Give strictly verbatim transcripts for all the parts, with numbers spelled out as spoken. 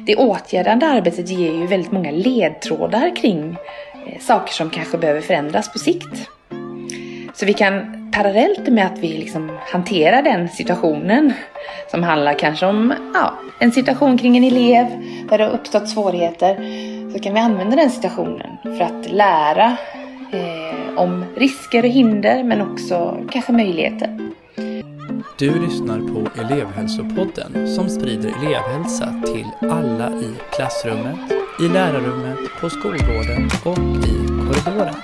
det åtgärdande arbetet ger ju väldigt många ledtrådar kring saker som kanske behöver förändras på sikt. Så vi kan parallellt med att vi liksom hanterar den situationen som handlar kanske om ja, en situation kring en elev där det har uppstått svårigheter, så kan vi använda den situationen för att lära eh, om risker och hinder men också kanske möjligheter. Du lyssnar på Elevhälsopodden som sprider elevhälsa till alla i klassrummet, i lärarrummet, på skolgården och i korridoren.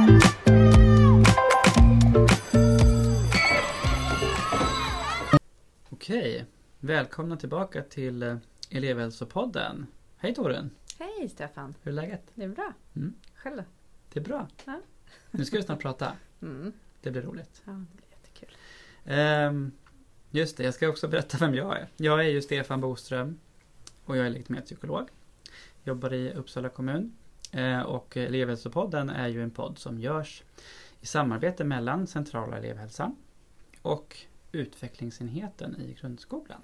Okej, välkomna tillbaka till Elevhälsopodden. Hej Torun! Hej Stefan! Hur är läget? Det är bra. Mm. Själv då? Det är bra. Ja. Nu ska vi snart prata. Mm. Det blir roligt. Ja, det blir jättekul. Um, just det, jag ska också berätta vem jag är. Jag är ju Stefan Boström och jag är legitimerad psykolog. Jobbar i Uppsala kommun. Uh, och Elevhälsopodden är ju en podd som görs i samarbete mellan Centrala elevhälsan och utvecklingsenheten i grundskolan.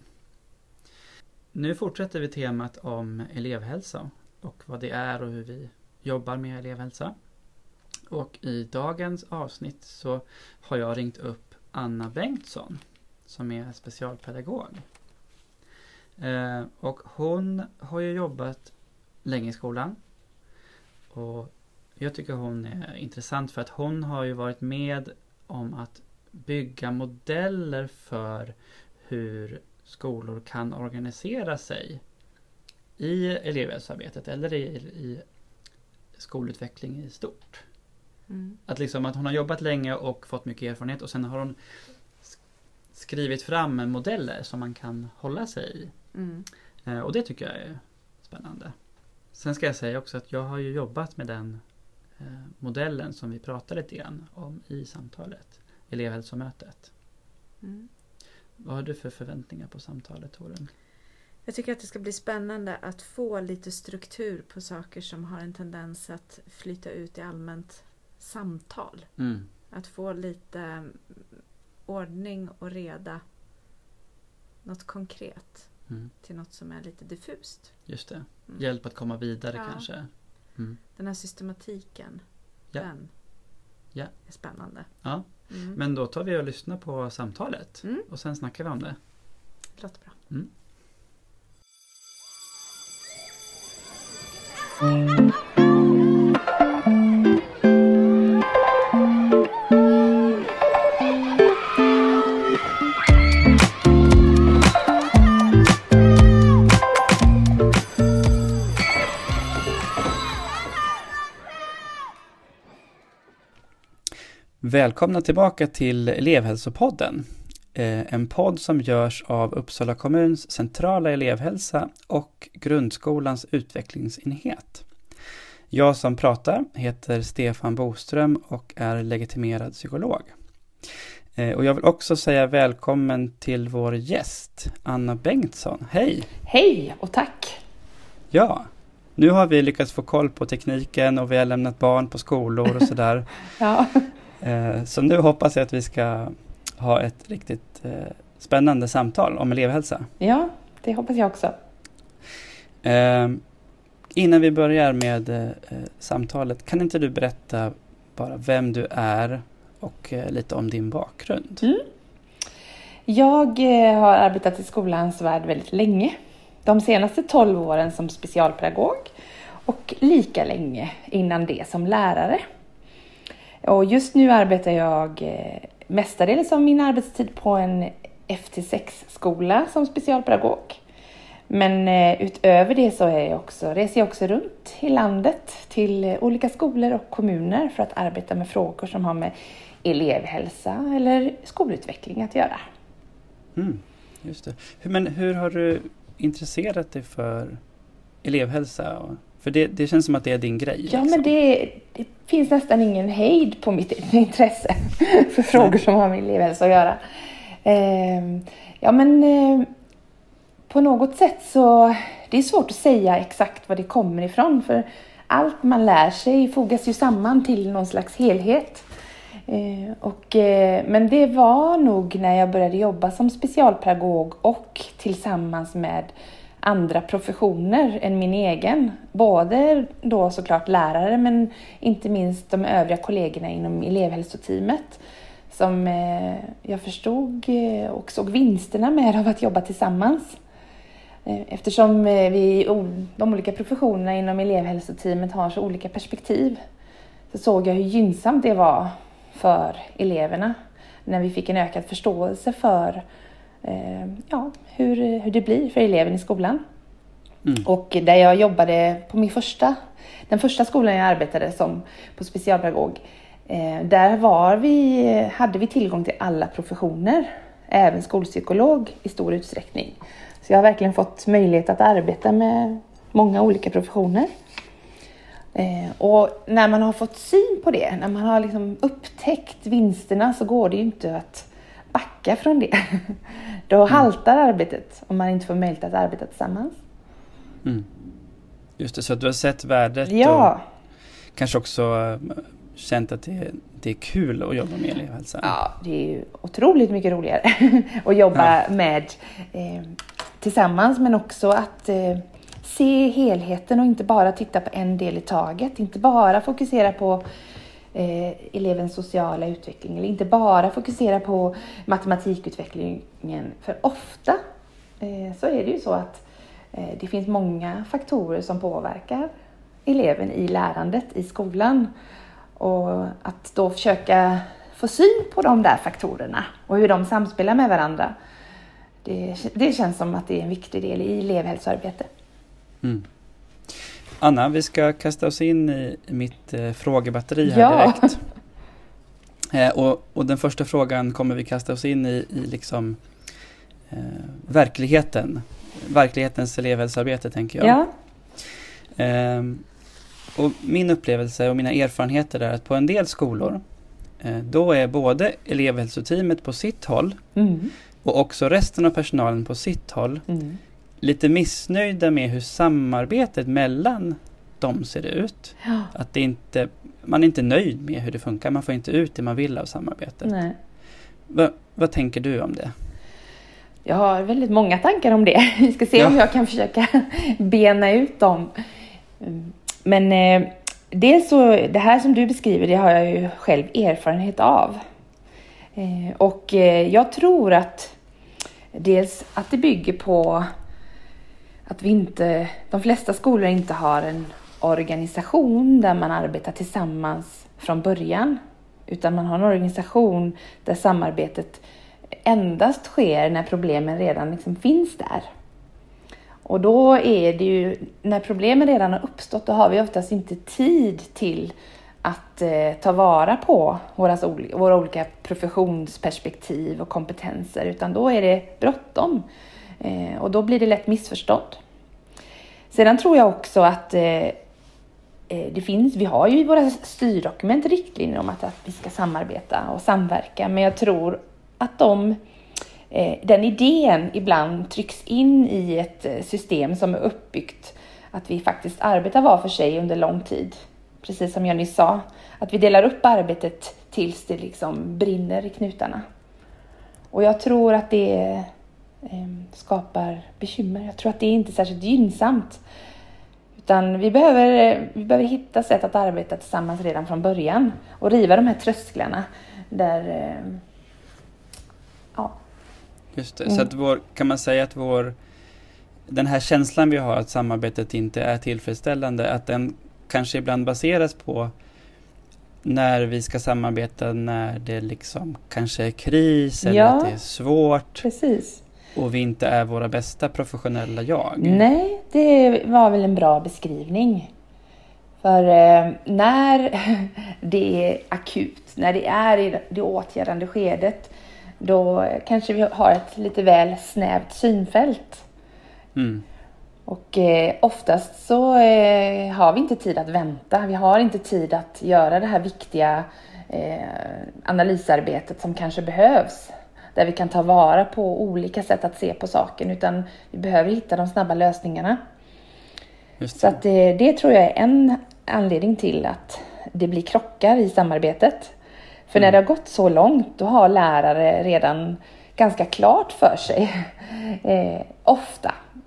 Nu fortsätter vi temat om elevhälsa och vad det är och hur vi jobbar med elevhälsa. Och i dagens avsnitt så har jag ringt upp Anna Bengtsson som är specialpedagog. Eh, och hon har ju jobbat länge i skolan. Och jag tycker hon är intressant för att hon har ju varit med om att bygga modeller för hur skolor kan organisera sig i elevhälsoarbetet eller i, i skolutveckling i stort. Mm. Att, liksom, att hon har jobbat länge och fått mycket erfarenhet och sen har hon skrivit fram modeller som man kan hålla sig i. Mm. Eh, och det tycker jag är spännande. Sen ska jag säga också att jag har ju jobbat med den eh, modellen som vi pratade lite grann om i samtalet. Elevhälsomötet. Mm. Vad har du för förväntningar på samtalet, Torun? Jag tycker att det ska bli spännande att få lite struktur på saker som har en tendens att flyta ut i allmänt samtal. Mm. Att få lite ordning och reda, något konkret mm. till något som är lite diffust. Just det. Mm. Hjälp att komma vidare ja. kanske. Mm. Den här systematiken, ja. den ja. är spännande. Ja. Mm. Men då tar vi och lyssnar på samtalet mm. och sen snackar vi om det. Det låter bra. Mm. Välkomna tillbaka till Elevhälsopodden. En podd som görs av Uppsala kommuns centrala elevhälsa och grundskolans utvecklingsenhet. Jag som pratar heter Stefan Boström och är legitimerad psykolog. Och jag vill också säga välkommen till vår gäst, Anna Bengtsson. Hej! Hej och tack! Ja, nu har vi lyckats få koll på tekniken och vi har lämnat barn på skolor och sådär. ja. Så nu hoppas jag att vi ska ha ett riktigt spännande samtal om elevhälsa. Ja, det hoppas jag också. Eh, innan vi börjar med eh, samtalet, kan inte du berätta bara vem du är och eh, lite om din bakgrund? Mm. Jag eh, har arbetat i skolans värld väldigt länge. De senaste tolv åren som specialpedagog och lika länge innan det som lärare. Och just nu arbetar jag eh, mestadels av min arbetstid på en F T sex-skola som specialpedagog. Men eh, utöver det så är jag också, reser jag också runt i landet till eh, olika skolor och kommuner för att arbeta med frågor som har med elevhälsa eller skolutveckling att göra. Mm, just det. Men hur har du intresserat dig för elevhälsa? Och, för det, det känns som att det är din grej. Ja, liksom. men det, det finns nästan ingen hejd på mitt intresse för frågor Nej. som har med elevhälsa att göra. Eh, ja, men eh, på något sätt så det är svårt att säga exakt var det kommer ifrån. För allt man lär sig fogas ju samman till någon slags helhet. Eh, och, eh, men det var nog när jag började jobba som specialpedagog och tillsammans med andra professioner än min egen. Både då såklart lärare, men inte minst de övriga kollegorna inom elevhälsoteamet. Som eh, jag förstod eh, och såg vinsterna med av att jobba tillsammans. Eh, eftersom eh, vi, de olika professionerna inom elevhälsoteamet har så olika perspektiv. Så såg jag hur gynnsamt det var för eleverna. När vi fick en ökad förståelse för eh, ja, hur, hur det blir för eleven i skolan. Mm. Och där jag jobbade på min första, den första skolan jag arbetade som på specialpedagog. Eh, där var vi, hade vi tillgång till alla professioner. Även skolpsykolog i stor utsträckning. Så jag har verkligen fått möjlighet att arbeta med många olika professioner. Eh, och när man har fått syn på det, när man har liksom upptäckt vinsterna, så går det ju inte att backa från det. Då mm. haltar arbetet om man inte får möjlighet att arbeta tillsammans. Mm. Just det, så att du har sett värdet ja. och kanske också känt att det, det är kul att jobba med elevhälsa. Ja, det är ju otroligt mycket roligare att jobba ja. med eh, tillsammans, men också att eh, se helheten och inte bara titta på en del i taget. Inte bara fokusera på eh, elevens sociala utveckling eller inte bara fokusera på matematikutvecklingen. För ofta eh, så är det ju så att eh, det finns många faktorer som påverkar eleven i lärandet i skolan. Och att då försöka få syn på de där faktorerna och hur de samspelar med varandra. Det, det känns som att det är en viktig del i elevhälsoarbete. Mm. Anna, vi ska kasta oss in i mitt eh, frågebatteri här ja. direkt. Eh, och, och den första frågan kommer vi kasta oss in i, i liksom eh, verkligheten. Verklighetens elevhälsoarbete, tänker jag. Ja. Eh, och min upplevelse och mina erfarenheter är att på en del skolor eh, då är både elevhälsoteamet på sitt håll mm. och också resten av personalen på sitt håll mm. lite missnöjda med hur samarbetet mellan dem ser ut. Ja. Att det inte, man är inte nöjd med hur det funkar. Man får inte ut det man vill av samarbetet. Nej. Va, vad tänker du om det? Jag har väldigt många tankar om det. Vi ska se ja. om jag kan försöka bena ut dem. Men eh, dels så, det här som du beskriver, det har jag ju själv erfarenhet av. Eh, och eh, jag tror att dels att det bygger på att vi inte, de flesta skolor inte har en organisation där man arbetar tillsammans från början. Utan man har en organisation där samarbetet endast sker när problemen redan liksom finns där. Och då är det ju, när problemen redan har uppstått, då har vi oftast inte tid till att eh, ta vara på våra, våra olika professionsperspektiv och kompetenser. Utan då är det bråttom. Eh, och då blir det lätt missförstånd. Sedan tror jag också att eh, det finns, vi har ju i våra styrdokument riktlinjer om att, att vi ska samarbeta och samverka. Men jag tror att de, eh, den idén ibland trycks in i ett system som är uppbyggt att vi faktiskt arbetar var för sig under lång tid. Precis som jag nyss sa, att vi delar upp arbetet tills det liksom brinner i knutarna. Och jag tror att det eh, skapar bekymmer. Jag tror att det är inte särskilt gynnsamt. Utan vi behöver, vi behöver hitta sätt att arbeta tillsammans redan från början. Och riva de här trösklarna där... Eh, ja. Just det, mm. så att vår, kan man säga att vår... Den här känslan vi har att samarbetet inte är tillfredsställande, att den kanske ibland baseras på när vi ska samarbeta när det liksom kanske är kris eller ja, att det är svårt. Precis. Och vi inte är våra bästa professionella jag. Nej, det var väl en bra beskrivning. För eh, när det är akut, när det är i det åtgärdande skedet, då kanske vi har ett lite väl snävt synfält. Mm. Och eh, oftast så eh, har vi inte tid att vänta. Vi har inte tid att göra det här viktiga eh, analysarbetet som kanske behövs. Där vi kan ta vara på olika sätt att se på saken. Utan vi behöver hitta de snabba lösningarna. Just det. Så att, eh, det tror jag är en anledning till att det blir krockar i samarbetet. För mm. när det har gått så långt, då har lärare redan ganska klart för sig. Eh, ofta.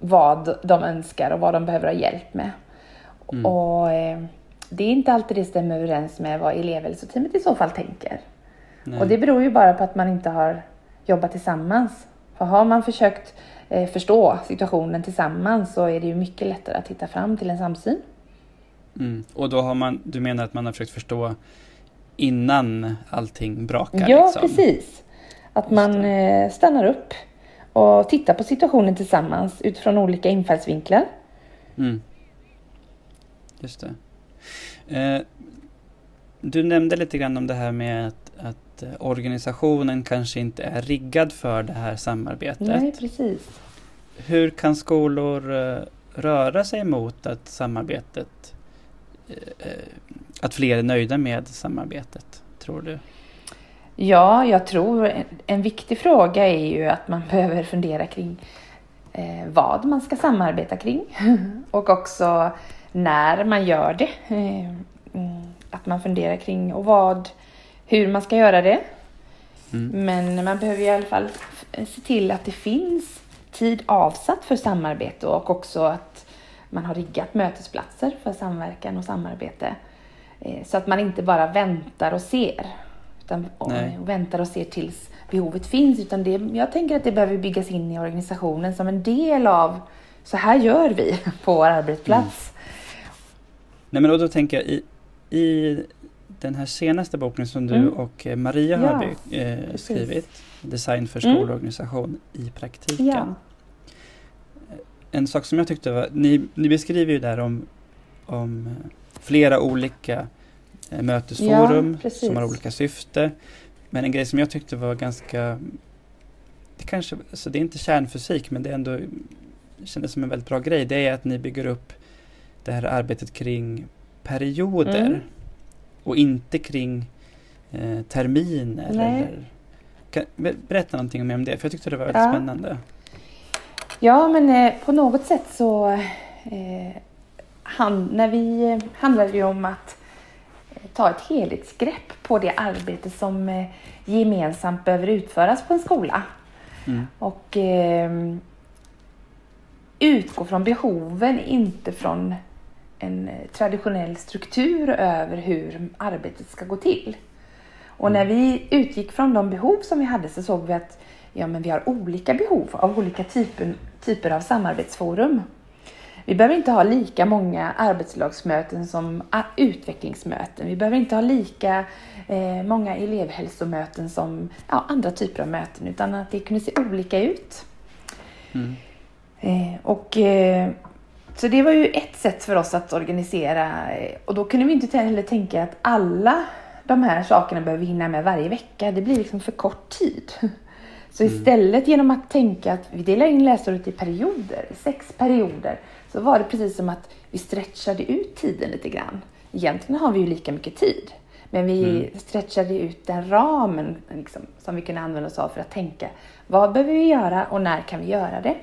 vad de önskar och vad de behöver ha hjälp med. Mm. Och eh, det är inte alltid det stämmer överens med vad elevhälsoteamet i så fall tänker. Nej. Och det beror ju bara på att man inte har jobbat tillsammans. För har man försökt eh, förstå situationen tillsammans så är det ju mycket lättare att hitta fram till en samsyn. Mm. Och då har man, du menar att man har försökt förstå innan allting brakar? Ja, liksom. Precis. Att man eh, stannar upp och tittar på situationen tillsammans utifrån olika infallsvinklar. Mm. Just det. Eh, du nämnde lite grann om det här med att, att organisationen kanske inte är riggad för det här samarbetet. Nej, precis. Hur kan skolor eh, röra sig mot att samarbetet, eh, att fler är nöjda med samarbetet, tror du? Ja, jag tror en, en viktig fråga är ju att man behöver fundera kring eh, vad man ska samarbeta kring och också när man gör det. Eh, att man funderar kring och vad, hur man ska göra det. Mm. Men man behöver i alla fall se till att det finns tid avsatt för samarbete och också att man har riggat mötesplatser för samverkan och samarbete. Eh, så att man inte bara väntar och ser. Utan och, och väntar och ser tills behovet finns. Utan det, jag tänker att det behöver byggas in i organisationen som en del av så här gör vi på vår arbetsplats. Mm. Nej, men då tänker jag i, i den här senaste boken som du mm. och Maria ja, har by, eh, skrivit, Design för skolorganisation mm. i praktiken. Ja. En sak som jag tyckte var, ni, ni beskriver ju där om, om flera olika eh, mötesforum ja, som har olika syfte. Men en grej som jag tyckte var ganska, det kanske, alltså det är inte kärnfysik men det är ändå, det kändes som en väldigt bra grej. Det är att ni bygger upp det här arbetet kring perioder mm. och inte kring eh, terminer. Eller, kan, berätta någonting om det, för jag tyckte det var väldigt ja. spännande. Ja, men eh, på något sätt så eh, hand, när vi eh, handlar det ju om att eh, ta ett helhetsgrepp på det arbete som eh, gemensamt behöver utföras på en skola. Mm. Och eh, utgå från behoven, inte från en traditionell struktur över hur arbetet ska gå till. Och när vi utgick från de behov som vi hade så såg vi att ja, men vi har olika behov av olika typer, typer av samarbetsforum. Vi behöver inte ha lika många arbetslagsmöten som utvecklingsmöten. Vi behöver inte ha lika eh, många elevhälsomöten som ja, andra typer av möten, utan att det kunde se olika ut. Mm. Eh, och... Eh, Så det var ju ett sätt för oss att organisera, och då kunde vi inte heller tänka att alla de här sakerna behöver vi hinna med varje vecka. Det blir liksom för kort tid. Så istället genom att tänka att vi delar in läsåret i perioder, sex perioder, så var det precis som att vi stretchade ut tiden lite grann. Egentligen har vi ju lika mycket tid, men vi mm. stretchade ut den ramen liksom, som vi kunde använda oss av för att tänka vad behöver vi göra och när kan vi göra det.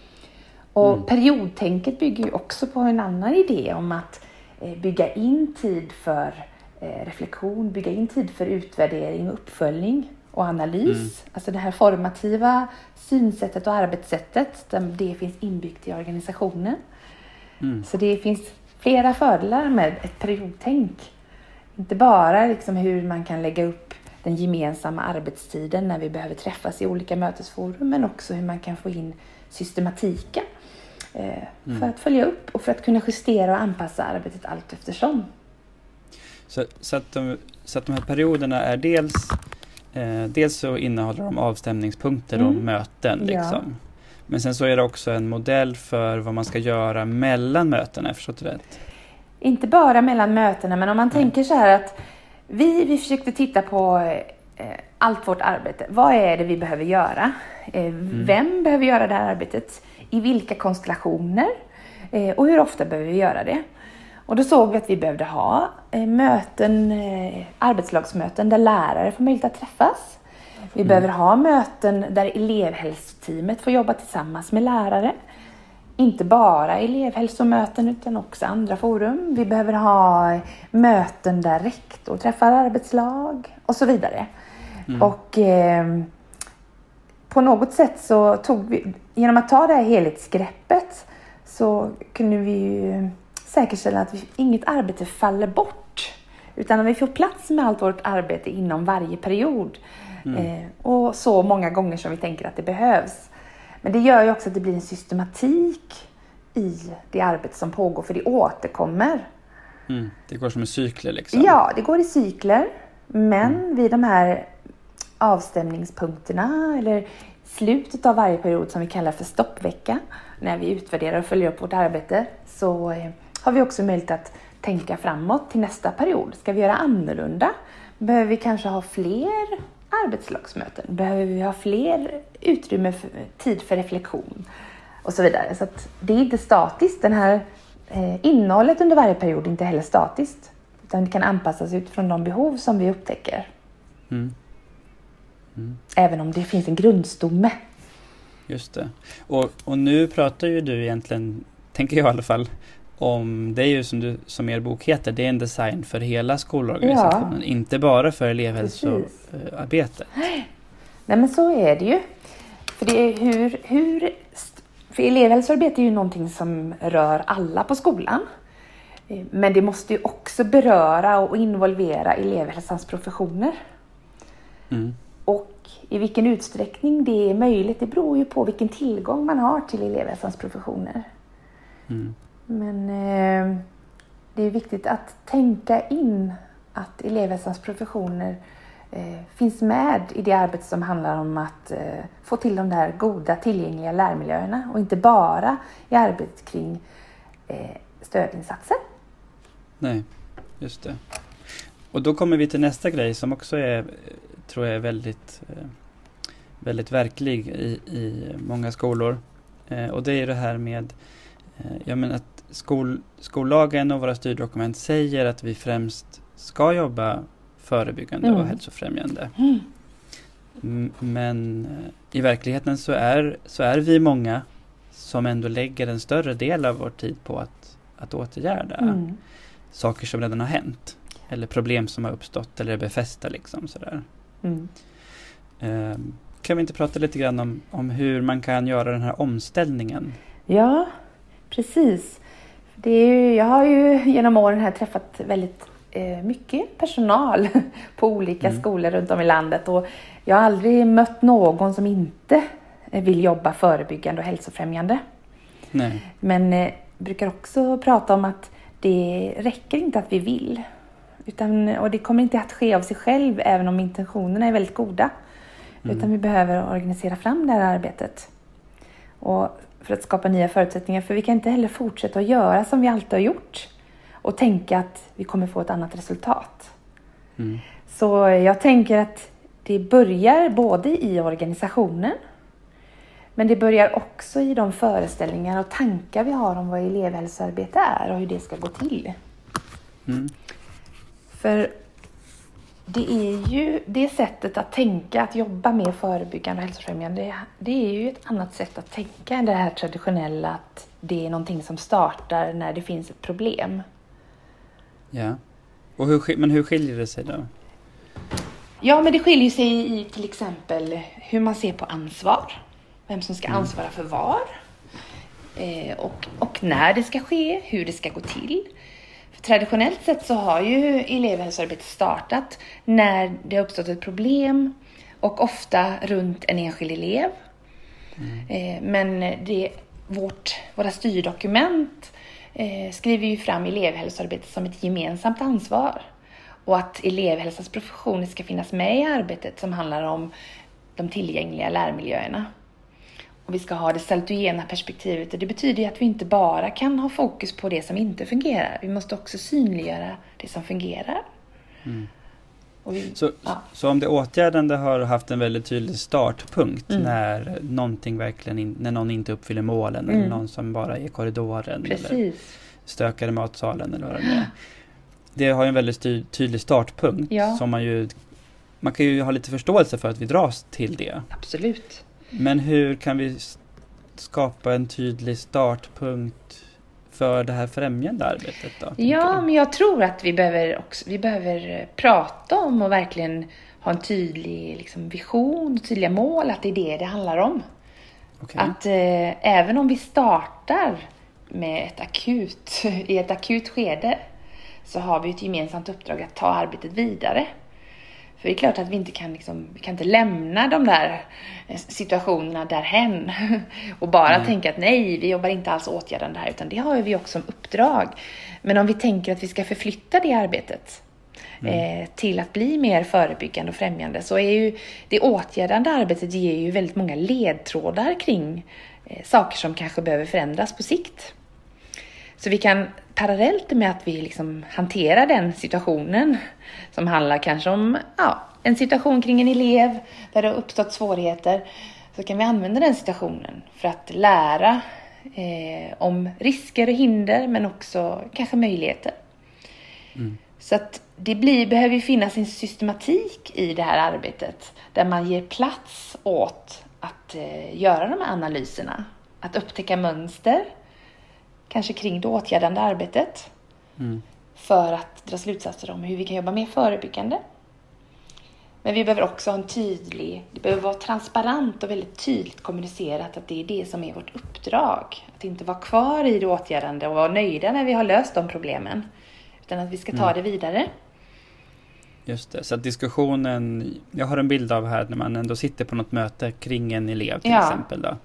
Och mm. periodtänket bygger ju också på en annan idé om att eh, bygga in tid för eh, reflektion, bygga in tid för utvärdering och uppföljning och analys. Mm. Alltså det här formativa synsättet och arbetssättet, där det finns inbyggt i organisationen. Mm. Så det finns flera fördelar med ett periodtänk. Inte bara liksom hur man kan lägga upp den gemensamma arbetstiden när vi behöver träffas i olika mötesforum, men också hur man kan få in systematiken. Mm. För att följa upp och för att kunna justera och anpassa arbetet allt eftersom. Så, så, att, de, så att de här perioderna är dels, eh, dels så innehåller de avstämningspunkter mm. och möten. Liksom. Ja. Men sen så är det också en modell för vad man ska göra mellan mötena, jag förstått rätt? Inte bara mellan mötena, men om man mm. tänker så här att vi, vi försökte titta på eh, allt vårt arbete. Vad är det vi behöver göra? Eh, mm. Vem behöver göra det här arbetet? I vilka konstellationer eh, och hur ofta behöver vi göra det. Och då såg vi att vi behövde ha eh, möten, eh, arbetslagsmöten där lärare får möjlighet att träffas. Vi mm. behöver ha möten där elevhälsoteamet får jobba tillsammans med lärare. Inte bara elevhälsomöten utan också andra forum. Vi behöver ha möten där rektor träffar arbetslag och så vidare. Mm. Och... Eh, på något sätt så tog vi, genom att ta det här helhetsgreppet så kunde vi ju säkerställa att vi, inget arbete faller bort. Utan att vi får plats med allt vårt arbete inom varje period. Mm. Eh, och så många gånger som vi tänker att det behövs. Men det gör ju också att det blir en systematik i det arbete som pågår. För det återkommer. Mm. Det går som en cykler liksom. Ja, det går i cykler. Men mm. vid de här avstämningspunkterna eller slutet av varje period som vi kallar för stoppvecka. När vi utvärderar och följer upp vårt arbete så eh, har vi också möjlighet att tänka framåt till nästa period. Ska vi göra annorlunda? Behöver vi kanske ha fler arbetslagsmöten? Behöver vi ha fler utrymme för tid för reflektion? Och så vidare. Så att det är inte statiskt. Den här eh, innehållet under varje period är inte heller statiskt. Utan det kan anpassas utifrån de behov som vi upptäcker. Mm. Mm. Även om det finns en grundstomme. Just det. Och, och nu pratar ju du egentligen, tänker jag i alla fall, om det är ju som, du, som er bok heter, det är en design för hela skolorganisationen, ja. Inte bara för elevhälsoarbetet. Nej men så är det ju. För det är hur, hur för elevhälsoarbete är ju någonting som rör alla på skolan. Men det måste ju också beröra och involvera elevhälsans professioner. Mm. Och i vilken utsträckning det är möjligt, det beror ju på vilken tillgång man har till elevhälsans professioner. Mm. Men eh, det är viktigt att tänka in att elevhälsans professioner eh, finns med i det arbete som handlar om att eh, få till de där goda tillgängliga lärmiljöerna och inte bara i arbetet kring eh, stödinsatser. Nej, just det. Och då kommer vi till nästa grej som också är, tror jag är väldigt, väldigt verklig i, i många skolor. Eh, och det är det här med eh, jag menar att skol, skollagen och våra styrdokument säger att vi främst ska jobba förebyggande mm. och hälsofrämjande. Mm. M- men i verkligheten så är, så är vi många som ändå lägger en större del av vår tid på att, att åtgärda mm. saker som redan har hänt. Eller problem som har uppstått eller är befästa liksom sådär. Mm. Eh, kan vi inte prata lite grann om, om hur man kan göra den här omställningen? Ja, precis. Det är ju, jag har ju genom åren här träffat väldigt eh, mycket personal på olika mm. skolor runt om i landet. Och jag har aldrig mött någon som inte vill jobba förebyggande och hälsofrämjande. Nej. Men eh, brukar också prata om att det räcker inte att vi vill. Utan, och det kommer inte att ske av sig själv även om intentionerna är väldigt goda. Mm. Utan vi behöver organisera fram det här arbetet. Och för att skapa nya förutsättningar. För vi kan inte heller fortsätta att göra som vi alltid har gjort. Och tänka att vi kommer få ett annat resultat. Mm. Så jag tänker att det börjar både i organisationen. Men det börjar också i de föreställningar och tankar vi har om vad elevhälsoarbete är och hur det ska gå till. Mm. För det är ju det sättet att tänka, att jobba med förebyggande och hälsofrämjande, det är ju ett annat sätt att tänka än det här traditionella att det är någonting som startar när det finns ett problem. Ja, och hur, men hur skiljer det sig då? Ja, men det skiljer sig i till exempel hur man ser på ansvar. Vem som ska ansvara för var. Eh, och, och när det ska ske, hur det ska gå till. För traditionellt sett så har ju elevhälsoarbetet startat när det har uppstått ett problem. Och ofta runt en enskild elev. Mm. Eh, men det, vårt, våra styrdokument eh, skriver ju fram elevhälsoarbetet som ett gemensamt ansvar. Och att elevhälsans professioner ska finnas med i arbetet som handlar om de tillgängliga lärmiljöerna. Och vi ska ha det salutogena perspektivet. Och det betyder ju att vi inte bara kan ha fokus på det som inte fungerar. Vi måste också synliggöra det som fungerar. Mm. Och vi, så, ja. så om det åtgärdande har haft en väldigt tydlig startpunkt mm. när någonting verkligen in, när någon inte uppfyller målen mm. eller någon som bara är i korridoren Precis. eller stökar i matsalen eller vad det är. Det har ju en väldigt ty- tydlig startpunkt ja. som man ju man kan ju ha lite förståelse för att vi dras till det. Absolut. Men hur kan vi skapa en tydlig startpunkt för det här främjande arbetet då? Ja, men jag tror att vi behöver också, vi behöver prata om och verkligen ha en tydlig liksom, vision, tydliga mål, att det är det det handlar om. Okay. Att eh, även om vi startar med ett akut, i ett akut skede, så har vi ett gemensamt uppdrag att ta arbetet vidare. För det är klart att vi inte kan, liksom, vi kan inte lämna de där situationerna därhen och bara mm. tänka att nej, vi jobbar inte alls åtgärdande här, utan det har vi också som uppdrag. Men om vi tänker att vi ska förflytta det arbetet mm. eh, till att bli mer förebyggande och främjande, så är ju det åtgärdande arbetet ger ju väldigt många ledtrådar kring eh, saker som kanske behöver förändras på sikt. Så vi kan parallellt med att vi liksom hanterar den situationen som handlar kanske om ja, en situation kring en elev där det har uppstått svårigheter, så kan vi använda den situationen för att lära eh, om risker och hinder, men också kanske möjligheter. Mm. Så att det blir, behöver ju finnas en systematik i det här arbetet där man ger plats åt att eh, göra de här analyserna, att upptäcka mönster, kanske kring det åtgärdande arbetet. Mm. För att dra slutsatser om hur vi kan jobba mer förebyggande. Men vi behöver också ha en tydlig, det behöver vara transparent och väldigt tydligt kommunicerat att det är det som är vårt uppdrag. Att inte vara kvar i det åtgärdande och vara nöjda när vi har löst de problemen. Utan att vi ska ta mm. det vidare. Just det, så att diskussionen, jag har en bild av här när man ändå sitter på något möte kring en elev till ja. exempel då.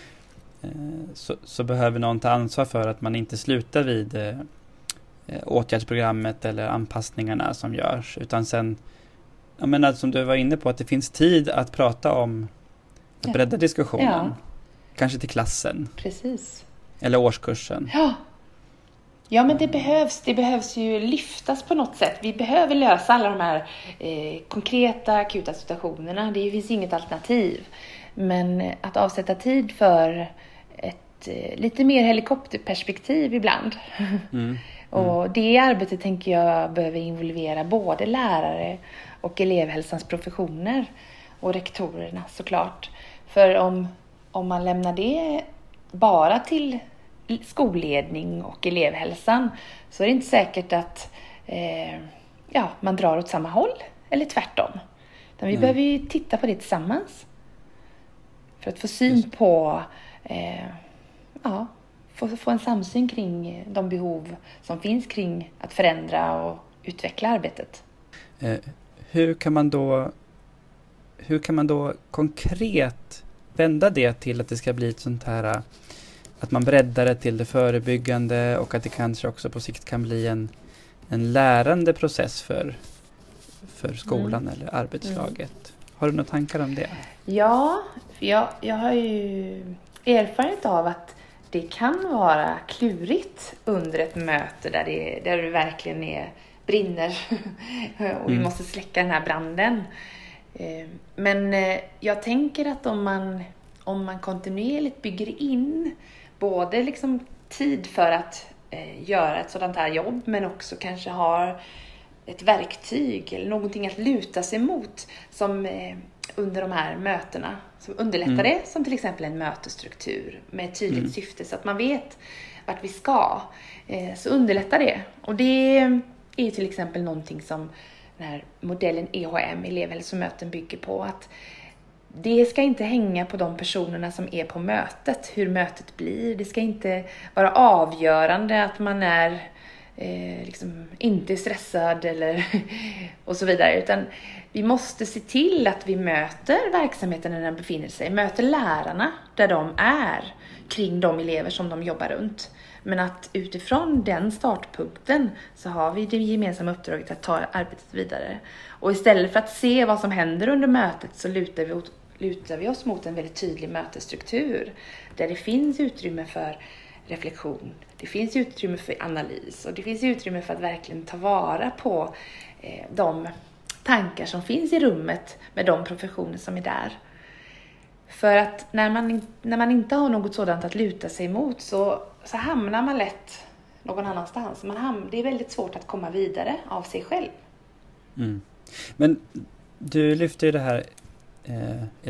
Så, så behöver någon ta ansvar för att man inte slutar vid eh, åtgärdsprogrammet eller anpassningarna som görs, utan sen, jag menar, som du var inne på, att det finns tid att prata om, att ja. bredda diskussionen. Ja. Kanske till klassen. Precis. Eller årskursen. Ja. Ja, men det behövs. Det behövs ju lyftas på något sätt. Vi behöver lösa alla de här eh, konkreta, akuta situationerna. Det finns inget alternativ. Men att avsätta tid för ett eh, lite mer helikopterperspektiv ibland. Mm. Mm. Och det arbetet tänker jag behöver involvera både lärare och elevhälsans professioner och rektorerna såklart. För om, om man lämnar det bara till skolledning och elevhälsan, så är det inte säkert att eh, ja, man drar åt samma håll eller tvärtom. Utan vi mm. behöver ju titta på det tillsammans för att få syn Just. på eh, ja, få, få en samsyn kring de behov som finns kring att förändra och utveckla arbetet. Eh, hur kan man då hur kan man då konkret vända det till att det ska bli ett sånt här, att man breddar det till det förebyggande och att det kanske också på sikt kan bli en, en lärande process för, för skolan mm. eller arbetslaget. Mm. Har du några tankar om det? Ja, för jag, jag har ju erfarenhet av att det kan vara klurigt under ett möte där det, där det verkligen är, brinner och vi mm. måste släcka den här branden. Men jag tänker att om man, om man kontinuerligt bygger in både liksom tid för att eh, göra ett sådant här jobb, men också kanske har ett verktyg eller någonting att luta sig mot som eh, under de här mötena som underlättar mm. det, som till exempel en mötesstruktur med ett tydligt mm. syfte så att man vet vart vi ska, eh, så underlättar det. Och det är till exempel någonting som den här modellen E H M, elevhälsomöten, bygger på, att det ska inte hänga på de personerna som är på mötet, hur mötet blir. Det ska inte vara avgörande att man är eh, liksom inte stressad eller och så vidare. Utan vi måste se till att vi möter verksamheten när den befinner sig. Möter lärarna där de är kring de elever som de jobbar runt. Men att utifrån den startpunkten så har vi det gemensamma uppdraget att ta arbetet vidare. Och istället för att se vad som händer under mötet så lutar vi, lutar vi oss mot en väldigt tydlig mötesstruktur. Där det finns utrymme för reflektion, det finns utrymme för analys och det finns utrymme för att verkligen ta vara på eh, de tankar som finns i rummet med de professioner som är där. För att när man, när man inte har något sådant att luta sig mot så, så hamnar man lätt någon annanstans. Man ham- det är väldigt svårt att komma vidare av sig själv. Mm. Men du lyfter ju det här eh, ele-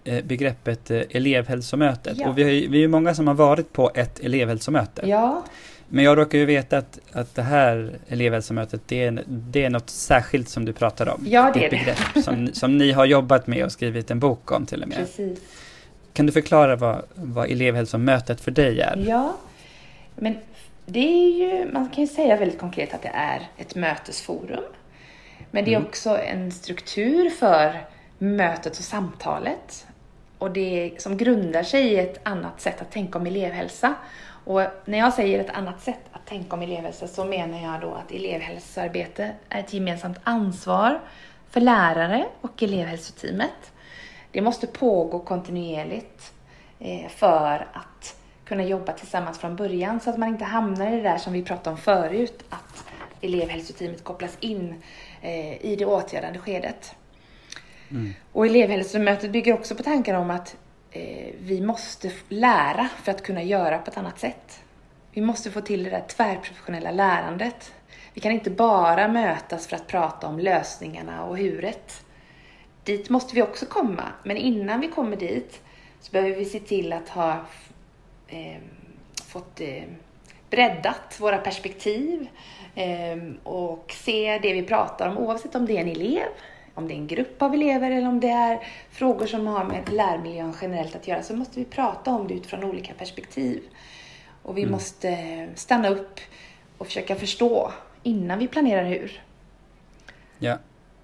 begreppet elevhälsomötet. Ja. Och vi, har ju, vi är ju många som har varit på ett elevhälsomöte. Ja. Men jag råkar ju veta att, att det här elevhälsomötet, det är, det är något särskilt som du pratar om. Ja, det är ett det. begrepp som, som ni har jobbat med och skrivit en bok om till och med. Precis. Kan du förklara vad, vad elevhälsomötet för dig är? Ja, men det är ju, man kan ju säga väldigt konkret att det är ett mötesforum. Men det är Mm. också en struktur för mötet och samtalet. Och det som grundar sig i ett annat sätt att tänka om elevhälsa. Och när jag säger ett annat sätt att tänka om elevhälsa så menar jag då att elevhälsoarbete är ett gemensamt ansvar för lärare och elevhälsoteamet. Det måste pågå kontinuerligt för att kunna jobba tillsammans från början så att man inte hamnar i det där som vi pratade om förut, att elevhälsoteamet kopplas in i det åtgärdande skedet. Mm. Och elevhälsomötet bygger också på tankar om att eh, vi måste lära för att kunna göra på ett annat sätt. Vi måste få till det där tvärprofessionella lärandet. Vi kan inte bara mötas för att prata om lösningarna och huret. Dit måste vi också komma. Men innan vi kommer dit så behöver vi se till att ha eh, fått eh, breddat våra perspektiv eh, och se det vi pratar om, oavsett om det är en elev, om det är en grupp av elever eller om det är frågor som har med lärmiljön generellt att göra, så måste vi prata om det utifrån olika perspektiv. Och vi mm. måste stanna upp och försöka förstå innan vi planerar hur. Ja.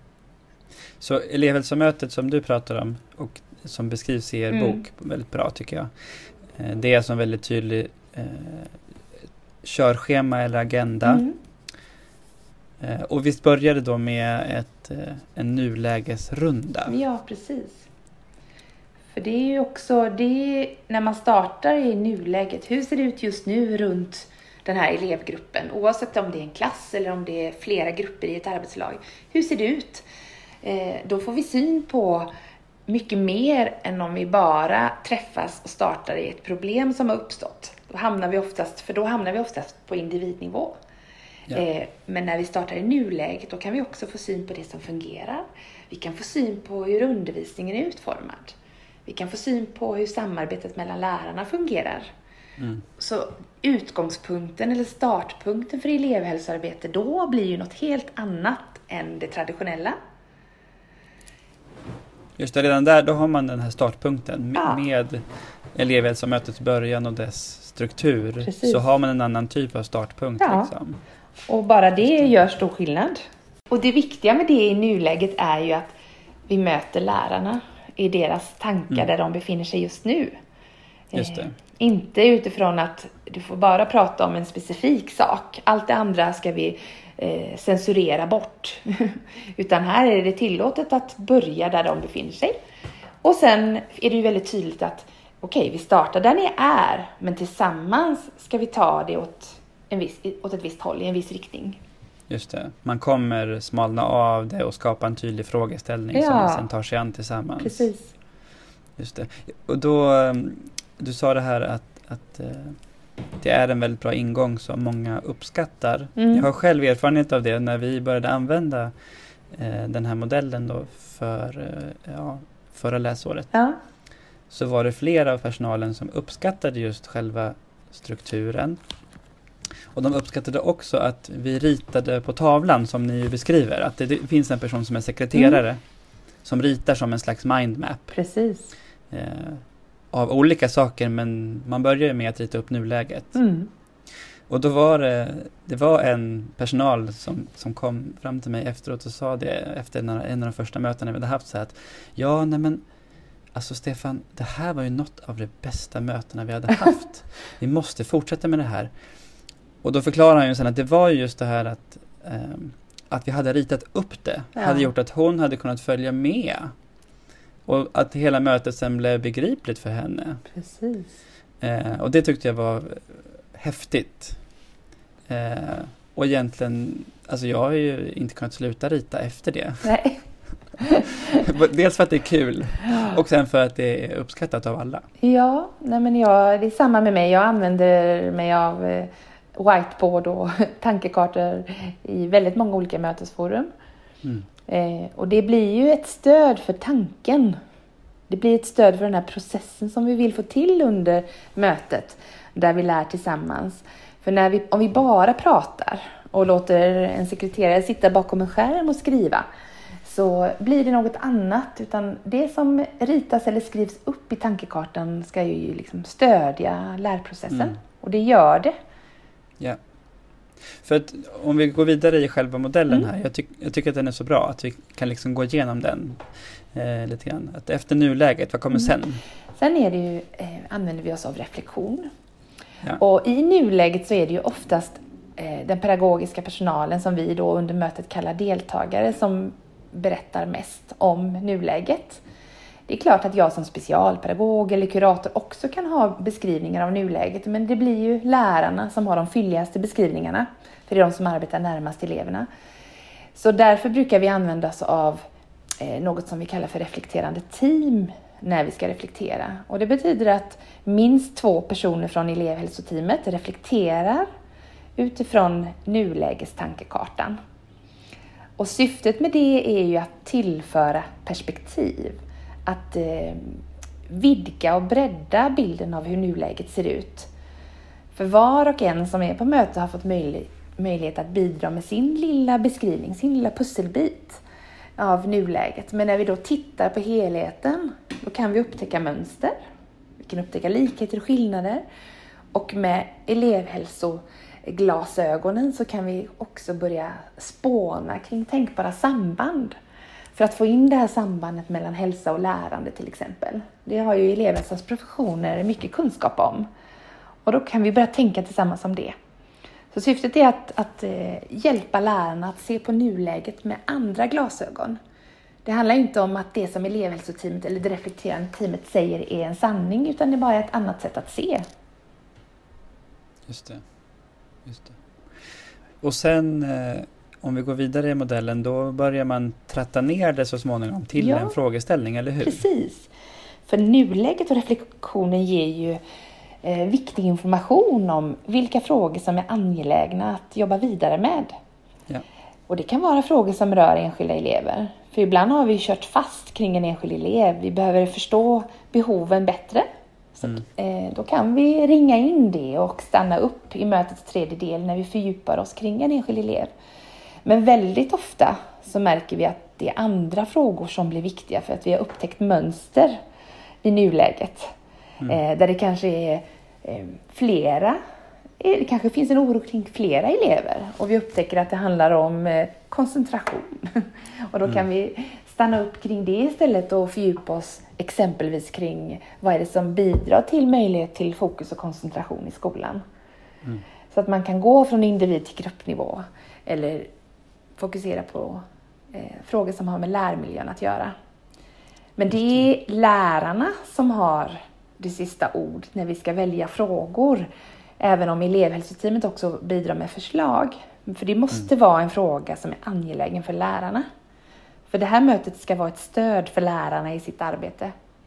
Så elevhälsomötet som du pratar om och som beskrivs i er mm. bok väldigt bra tycker jag. Det är som väldigt tydlig eh, körschema eller agenda. Mm. Eh, och visst började då med ett, eh, en nulägesrunda. Ja, precis. För det är ju också, det är, när man startar i nuläget, hur ser det ut just nu runt den här elevgruppen? Oavsett om det är en klass eller om det är flera grupper i ett arbetslag. Hur ser det ut? Eh, då får vi syn på mycket mer än om vi bara träffas och startar i ett problem som har uppstått. Då hamnar vi oftast, för då hamnar vi oftast på individnivå. Ja. Eh, men när vi startar i nuläget, då kan vi också få syn på det som fungerar. Vi kan få syn på hur undervisningen är utformad. Vi kan få syn på hur samarbetet mellan lärarna fungerar. Mm. Så utgångspunkten eller startpunkten för elevhälsoarbete då blir ju något helt annat än det traditionella. Just det, redan där då har man den här startpunkten med, ja. med elevhälsomötets början och dess struktur. Precis. Så har man en annan typ av startpunkt. Ja. Liksom. Och bara det gör stor skillnad. Och det viktiga med det i nuläget är ju att vi möter lärarna i deras tankar mm. där de befinner sig just nu. Just det. Eh, inte utifrån att du får bara prata om en specifik sak. Allt det andra ska vi eh, censurera bort. Utan här är det tillåtet att börja där de befinner sig. Och sen är det ju väldigt tydligt att okej, okay, vi startar där ni är. Men tillsammans ska vi ta det åt, en viss, åt ett visst håll, i en viss riktning. Just det. Man kommer smalna av det och skapa en tydlig frågeställning ja. som man sen tar sig an tillsammans. Precis. Just det. Och då, du sa det här att, att det är en väldigt bra ingång som många uppskattar. Mm. Jag har själv erfarenhet av det när vi började använda eh, den här modellen då för eh, ja, förra läsåret. Ja. Så var det flera av personalen som uppskattade just själva strukturen. Och de uppskattade också att vi ritade på tavlan som ni beskriver. Att det, det finns en person som är sekreterare mm. som ritar som en slags mindmap. Precis. Eh, av olika saker, men man börjar med att rita upp nuläget. Mm. Och då var det, det var en personal som, som kom fram till mig efteråt och sa det efter en, en av de första mötena vi hade haft så här att ja, nej men alltså Stefan, det här var ju något av de bästa mötena vi hade haft. Vi måste fortsätta med det här. Och då förklarar han ju sen att det var just det här att, eh, att vi hade ritat upp det. Ja. Hade gjort att hon hade kunnat följa med. Och att hela mötet sen blev begripligt för henne. Precis. Eh, och det tyckte jag var häftigt. Eh, och egentligen, alltså jag har ju inte kunnat sluta rita efter det. Nej. Dels för att det är kul och sen för att det är uppskattat av alla. Ja, nej men jag, det är samma med mig. Jag använder mig av eh, whiteboard och tankekartor i väldigt många olika mötesforum. Mm. Eh, och det blir ju ett stöd för tanken. Det det blir ett stöd för den här processen som vi vill få till under mötet. Där vi lär tillsammans. För när vi, om vi bara pratar och låter en sekreterare sitta bakom en skärm och skriva, så blir det något annat. Utan det som ritas eller skrivs upp i tankekartan ska ju liksom stödja lärprocessen. Mm. Och det gör det. Ja. För att om vi går vidare i själva modellen mm. här. Jag, tyck, jag tycker att den är så bra att vi kan liksom gå igenom den eh, lite grann. Att efter nuläget, vad kommer mm. sen? Sen är det ju, eh, använder vi oss av reflektion. Ja. Och i nuläget så är det ju oftast eh, den pedagogiska personalen som vi då under mötet kallar deltagare som berättar mest om nuläget. Det är klart att jag som specialpedagog eller kurator också kan ha beskrivningar av nuläget, men det blir ju lärarna som har de fylligaste beskrivningarna, för det är de som arbetar närmast eleverna. Så därför brukar vi använda oss av eh, något som vi kallar för reflekterande team när vi ska reflektera. Och det betyder att minst två personer från elevhälsoteamet reflekterar utifrån nulägestankekartan. Och syftet med det är ju att tillföra perspektiv. Att eh, vidga och bredda bilden av hur nuläget ser ut. För var och en som är på möte har fått möjlig, möjlighet att bidra med sin lilla beskrivning, sin lilla pusselbit av nuläget. Men när vi då tittar på helheten, då kan vi upptäcka mönster. Vi kan upptäcka likheter och skillnader. Och med elevhälsoglasögonen så kan vi också börja spåna kring tänkbara samband. För att få in det här sambandet mellan hälsa och lärande till exempel. Det har ju elevhälsans professioner mycket kunskap om. Och då kan vi börja tänka tillsammans om det. Så syftet är att, att eh, hjälpa lärarna att se på nuläget med andra glasögon. Det handlar inte om att det som elevhälsoteamet eller det reflekterande teamet säger är en sanning, utan det är bara ett annat sätt att se. Just det. Just det. Och sen... Eh... Om vi går vidare i modellen, då börjar man tratta ner det så småningom till ja, en frågeställning, eller hur? Precis. För nuläget och reflektionen ger ju eh, viktig information om vilka frågor som är angelägna att jobba vidare med. Ja. Och det kan vara frågor som rör enskilda elever. För ibland har vi kört fast kring en enskild elev. Vi behöver förstå behoven bättre. Så mm. eh, då kan vi ringa in det och stanna upp i mötets tredje del när vi fördjupar oss kring en enskild elev. Men väldigt ofta så märker vi att det är andra frågor som blir viktiga för att vi har upptäckt mönster i nuläget. Mm. Eh, där det kanske är eh, flera, eh, det kanske finns en oro kring flera elever. Och vi upptäcker att det handlar om eh, koncentration. Och då mm. kan vi stanna upp kring det istället och fördjupa oss exempelvis kring vad är det som bidrar till möjlighet till fokus och koncentration i skolan. Mm. Så att man kan gå från individ till gruppnivå eller fokusera på eh, frågor som har med lärmiljön att göra. Men det är lärarna som har det sista ord när vi ska välja frågor. Även om elevhälsoteamet också bidrar med förslag. För det måste mm. vara en fråga som är angelägen för lärarna. För det här mötet ska vara ett stöd för lärarna i sitt arbete.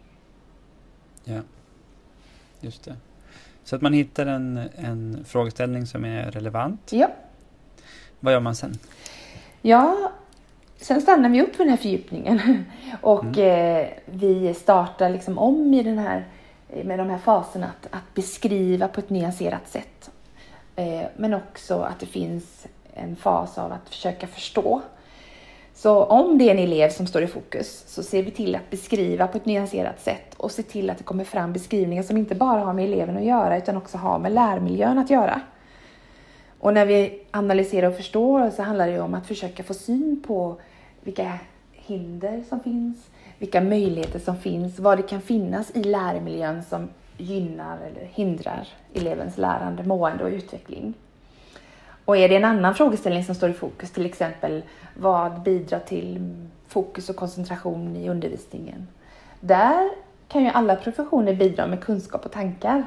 Ja, just det. Så att man hittar en, en frågeställning som är relevant. Ja. Vad gör man sen? Ja, sen stannar vi upp för den här fördjupningen. Och mm. eh, vi startar liksom om i den här, med de här faserna att, att beskriva på ett nyanserat sätt. Eh, men också att det finns en fas av att försöka förstå. Så om det är en elev som står i fokus så ser vi till att beskriva på ett nyanserat sätt. Och se till att det kommer fram beskrivningar som inte bara har med eleven att göra utan också har med lärmiljön att göra. Och när vi analyserar och förstår så handlar det om att försöka få syn på vilka hinder som finns, vilka möjligheter som finns, vad det kan finnas i lärmiljön som gynnar eller hindrar elevens lärande, mående och utveckling. Och är det en annan frågeställning som står i fokus, till exempel vad bidrar till fokus och koncentration i undervisningen? Där kan ju alla professioner bidra med kunskap och tankar.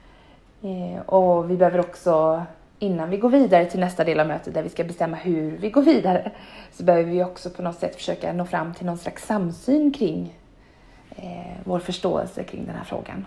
Och vi behöver också, innan vi går vidare till nästa del av mötet där vi ska bestämma hur vi går vidare, så behöver vi också på något sätt försöka nå fram till någon slags samsyn kring eh, vår förståelse kring den här frågan.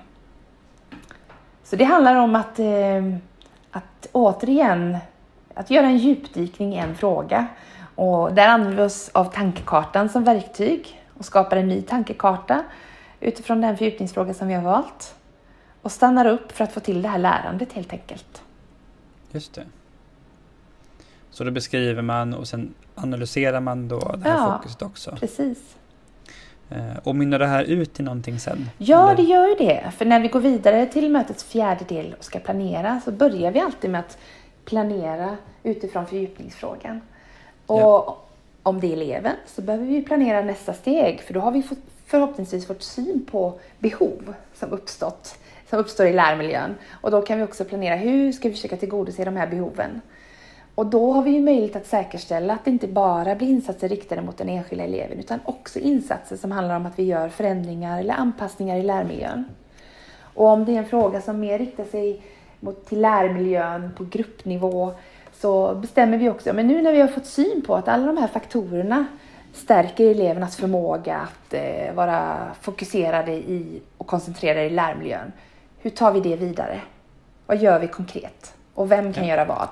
Så det handlar om att, eh, att återigen att göra en djupdykning i en fråga. Och där använder vi oss av tankekartan som verktyg och skapar en ny tankekarta utifrån den fördjupningsfråga som vi har valt. Och stannar upp för att få till det här lärandet helt enkelt. Just det. Så då beskriver man och sen analyserar man då det här ja, fokuset också. Precis. Eh, och mynnar det här ut i någonting sen? Ja, eller? Det gör ju det. För när vi går vidare till mötets fjärde del och ska planera så börjar vi alltid med att planera utifrån fördjupningsfrågan. Och ja. Om det är eleven så behöver vi planera nästa steg. För då har vi fått, förhoppningsvis fått syn på behov som uppstått. Som uppstår i lärmiljön. Och då kan vi också planera hur ska vi försöka tillgodose de här behoven. Och då har vi ju möjlighet att säkerställa att det inte bara blir insatser riktade mot den enskilda eleven. Utan också insatser som handlar om att vi gör förändringar eller anpassningar i lärmiljön. Och om det är en fråga som mer riktar sig mot till lärmiljön på gruppnivå. Så bestämmer vi också, men nu när vi har fått syn på att alla de här faktorerna stärker elevernas förmåga att eh, vara fokuserade i och koncentrerade i lärmiljön. Hur tar vi det vidare? Vad gör vi konkret? Och vem kan ja. göra vad?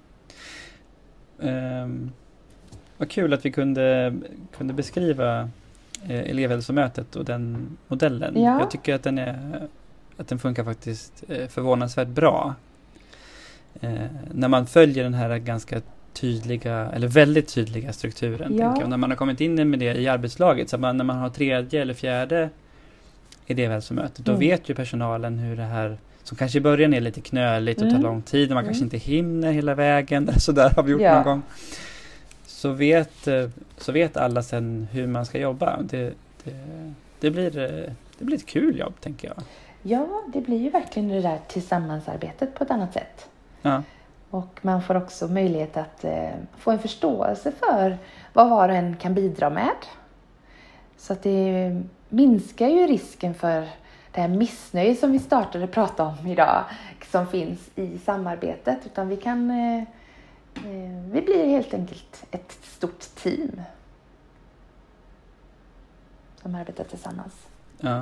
Um, vad kul att vi kunde, kunde beskriva eh, elevhälsomötet och den modellen. Ja. Jag tycker att den, är, att den funkar faktiskt eh, förvånansvärt bra. Eh, när man följer den här ganska tydliga, eller väldigt tydliga strukturen. Ja. Tänker jag. När man har kommit in med det i arbetslaget, så man, när man har tredje eller fjärde elevhälsomötet, då mm. vet ju personalen hur det här, som kanske i början är lite knöligt och mm. tar lång tid och man mm. kanske inte hinner hela vägen, så där har vi gjort ja. någon gång. Så vet, så vet alla sen hur man ska jobba. Det, det, det, blir, det blir ett kul jobb, tänker jag. Ja, det blir ju verkligen det där tillsammansarbetet på ett annat sätt. Ja. Och man får också möjlighet att eh, få en förståelse för vad var och en kan bidra med. Så att det minskar ju risken för det här missnöje som vi startade prata om idag, som finns i samarbetet. Utan vi kan, eh, eh, vi blir helt enkelt ett stort team som arbetar tillsammans. Ja.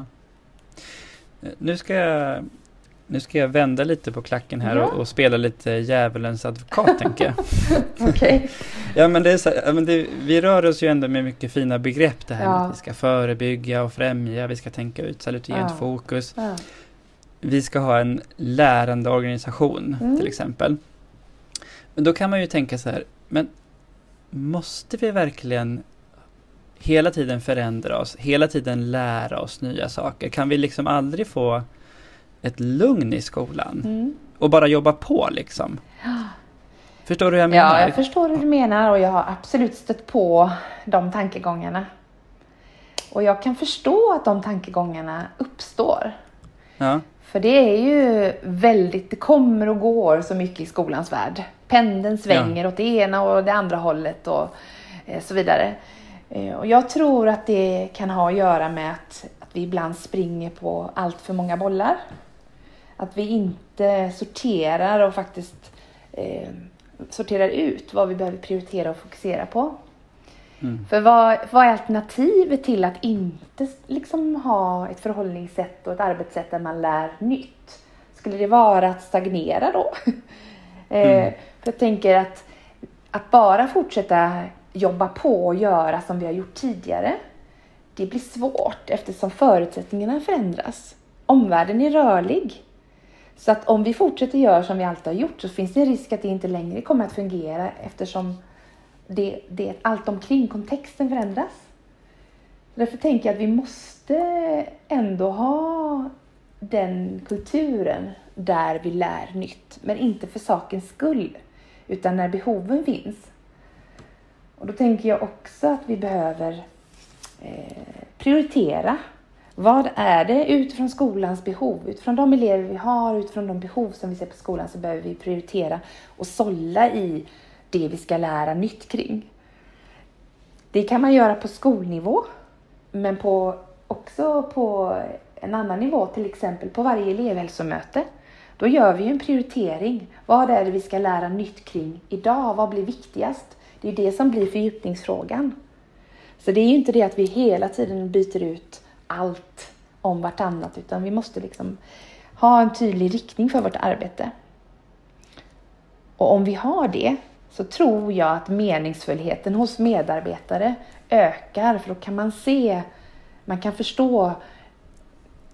Nu ska jag, nu ska jag vända lite på klacken här ja. och, och spela lite djävulens advokat, tänker jag. Okej. Okay. Ja, men det är så, ja, men det, vi rör oss ju ändå med mycket fina begrepp. Det här ja. med att vi ska förebygga och främja, vi ska tänka ut salutogent ja. fokus. Ja. Vi ska ha en lärande organisation mm. till exempel. Men då kan man ju tänka så här, men måste vi verkligen hela tiden förändra oss, hela tiden lära oss nya saker? Kan vi liksom aldrig få ett lugn i skolan mm. och bara jobba på liksom? Förstår du hur jag menar? Ja, jag förstår hur du menar och jag har absolut stött på de tankegångarna. Och jag kan förstå att de tankegångarna uppstår. Ja. För det är ju väldigt, det kommer och går så mycket i skolans värld. Pendeln svänger ja. åt det ena och det andra hållet och eh, så vidare. Eh, och jag tror att det kan ha att göra med att, att vi ibland springer på allt för många bollar. Att vi inte sorterar och faktiskt eh, sorterar ut vad vi behöver prioritera och fokusera på. Mm. För vad, vad är alternativet till att inte liksom ha ett förhållningssätt och ett arbetssätt där man lär nytt? Skulle det vara att stagnera då? mm. eh, för jag tänker att, att bara fortsätta jobba på och göra som vi har gjort tidigare, det blir svårt eftersom förutsättningarna förändras. Omvärlden är rörlig. Så att om vi fortsätter göra som vi alltid har gjort så finns det en risk att det inte längre kommer att fungera eftersom det, det, allt omkring kontexten förändras. Därför tänker jag att vi måste ändå ha den kulturen där vi lär nytt. Men inte för sakens skull utan när behoven finns. Och då tänker jag också att vi behöver eh, prioritera. Vad är det utifrån skolans behov? Utifrån de elever vi har, utifrån de behov som vi ser på skolan så behöver vi prioritera och sålla i det vi ska lära nytt kring. Det kan man göra på skolnivå, men på, också på en annan nivå, till exempel på varje elevhälsomöte. Då gör vi en prioritering. Vad är det vi ska lära nytt kring idag? Vad blir viktigast? Det är det som blir fördjupningsfrågan. Så det är ju inte det att vi hela tiden byter ut allt om vartannat, utan vi måste liksom ha en tydlig riktning för vårt arbete. Och om vi har det så tror jag att meningsfullheten hos medarbetare ökar, för då kan man se, man kan förstå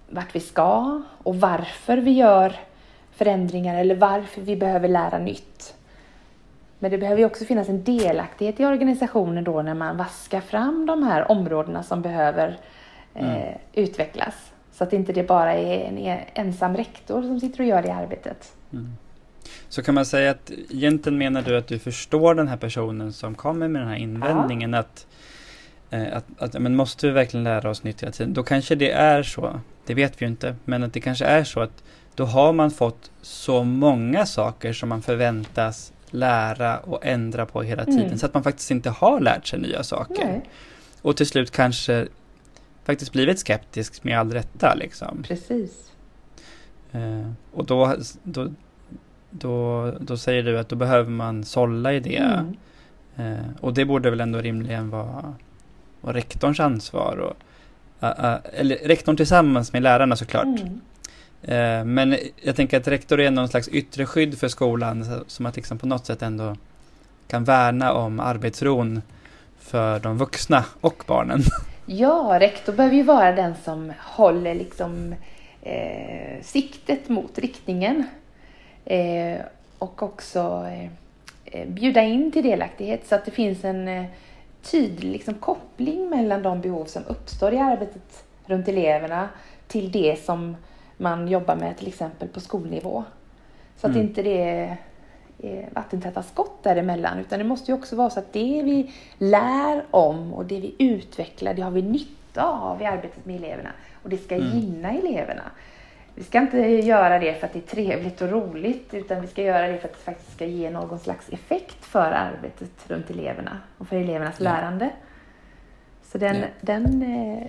vart vi ska och varför vi gör förändringar eller varför vi behöver lära nytt. Men det behöver ju också finnas en delaktighet i organisationen då när man vaskar fram de här områdena som behöver eh, mm. utvecklas. Så att inte det bara är en ensam rektor som sitter och gör det arbetet. Mm. Så kan man säga att egentligen menar du att du förstår den här personen som kommer med den här invändningen ja. att, eh, att, att men måste vi verkligen lära oss nytt hela tiden? Då kanske det är så, det vet vi ju inte, men att det kanske är så att då har man fått så många saker som man förväntas lära och ändra på hela tiden mm. så att man faktiskt inte har lärt sig nya saker. Nej. Och till slut kanske faktiskt blivit skeptisk med all rätta liksom. Precis. Eh, och då, då, då, då säger du att då behöver man sålla i det. Mm. Eh, och det borde väl ändå rimligen vara, vara rektorns ansvar. Och, uh, uh, eller rektorn tillsammans med lärarna såklart. Mm. Eh, men jag tänker att rektor är någon slags yttre skydd för skolan så, som att liksom på något sätt ändå kan värna om arbetsron för de vuxna och barnen. Ja, rektor behöver ju vara den som håller liksom eh, siktet mot riktningen eh, och också eh, bjuda in till delaktighet så att det finns en eh, tydlig liksom, koppling mellan de behov som uppstår i arbetet runt eleverna till det som man jobbar med till exempel på skolnivå. Så att mm. inte det är vattentäta skott däremellan, utan det måste ju också vara så att det vi lär om och det vi utvecklar, det har vi nytta av i arbetet med eleverna och det ska mm. gynna eleverna. Vi ska inte göra det för att det är trevligt och roligt, utan vi ska göra det för att det faktiskt ska ge någon slags effekt för arbetet runt eleverna och för elevernas ja. lärande. Så den, ja. den,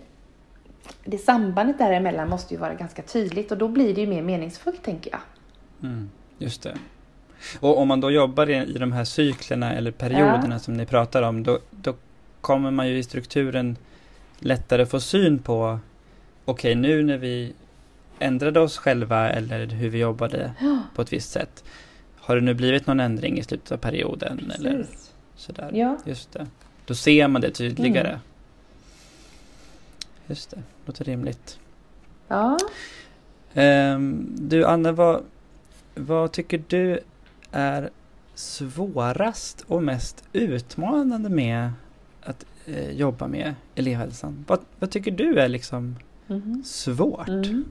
det sambandet däremellan måste ju vara ganska tydligt och då blir det ju mer meningsfullt, tänker jag. Mm, just det. Och om man då jobbar i, i de här cyklerna eller perioderna ja. som ni pratar om, då, då kommer man ju i strukturen lättare få syn på okej, okay, nu när vi ändrade oss själva eller hur vi jobbade ja. på ett visst sätt, har det nu blivit någon ändring i slutet av perioden? Precis. Eller sådär? Ja. Just det. Då ser man det tydligare. Mm. Just det, låter rimligt. Ja. Um, du Anna, vad, vad tycker du är svårast och mest utmanande med att eh, jobba med elevhälsan? Vad, vad tycker du är liksom mm. svårt? Mm.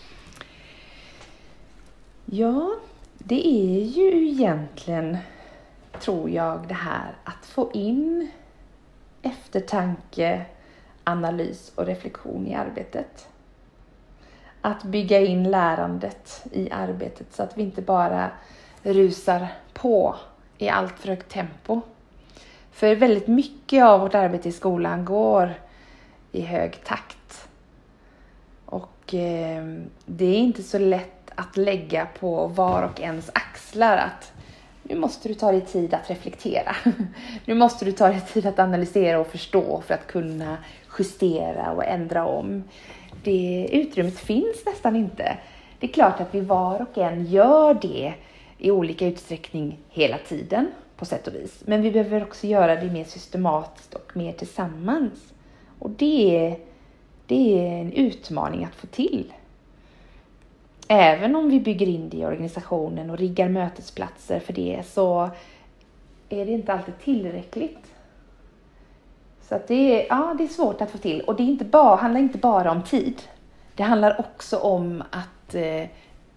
Ja, det är ju egentligen, tror jag, det här att få in eftertanke, analys och reflektion i arbetet. Att bygga in lärandet i arbetet så att vi inte bara rusar på i allt för högt tempo. För väldigt mycket av vårt arbete i skolan går i hög takt. Och eh, det är inte så lätt att lägga på var och ens axlar att nu måste du ta dig tid att reflektera. Nu måste du ta dig tid att analysera och förstå för att kunna justera och ändra om. Det utrymmet finns nästan inte. Det är klart att vi var och en gör det i olika utsträckning hela tiden på sätt och vis. Men vi behöver också göra det mer systematiskt och mer tillsammans. Och det är, det är en utmaning att få till. Även om vi bygger in det i organisationen och riggar mötesplatser för det, så är det inte alltid tillräckligt. Så att det, är, ja, det är svårt att få till. Och det är inte bara, handlar inte bara om tid. Det handlar också om att, eh,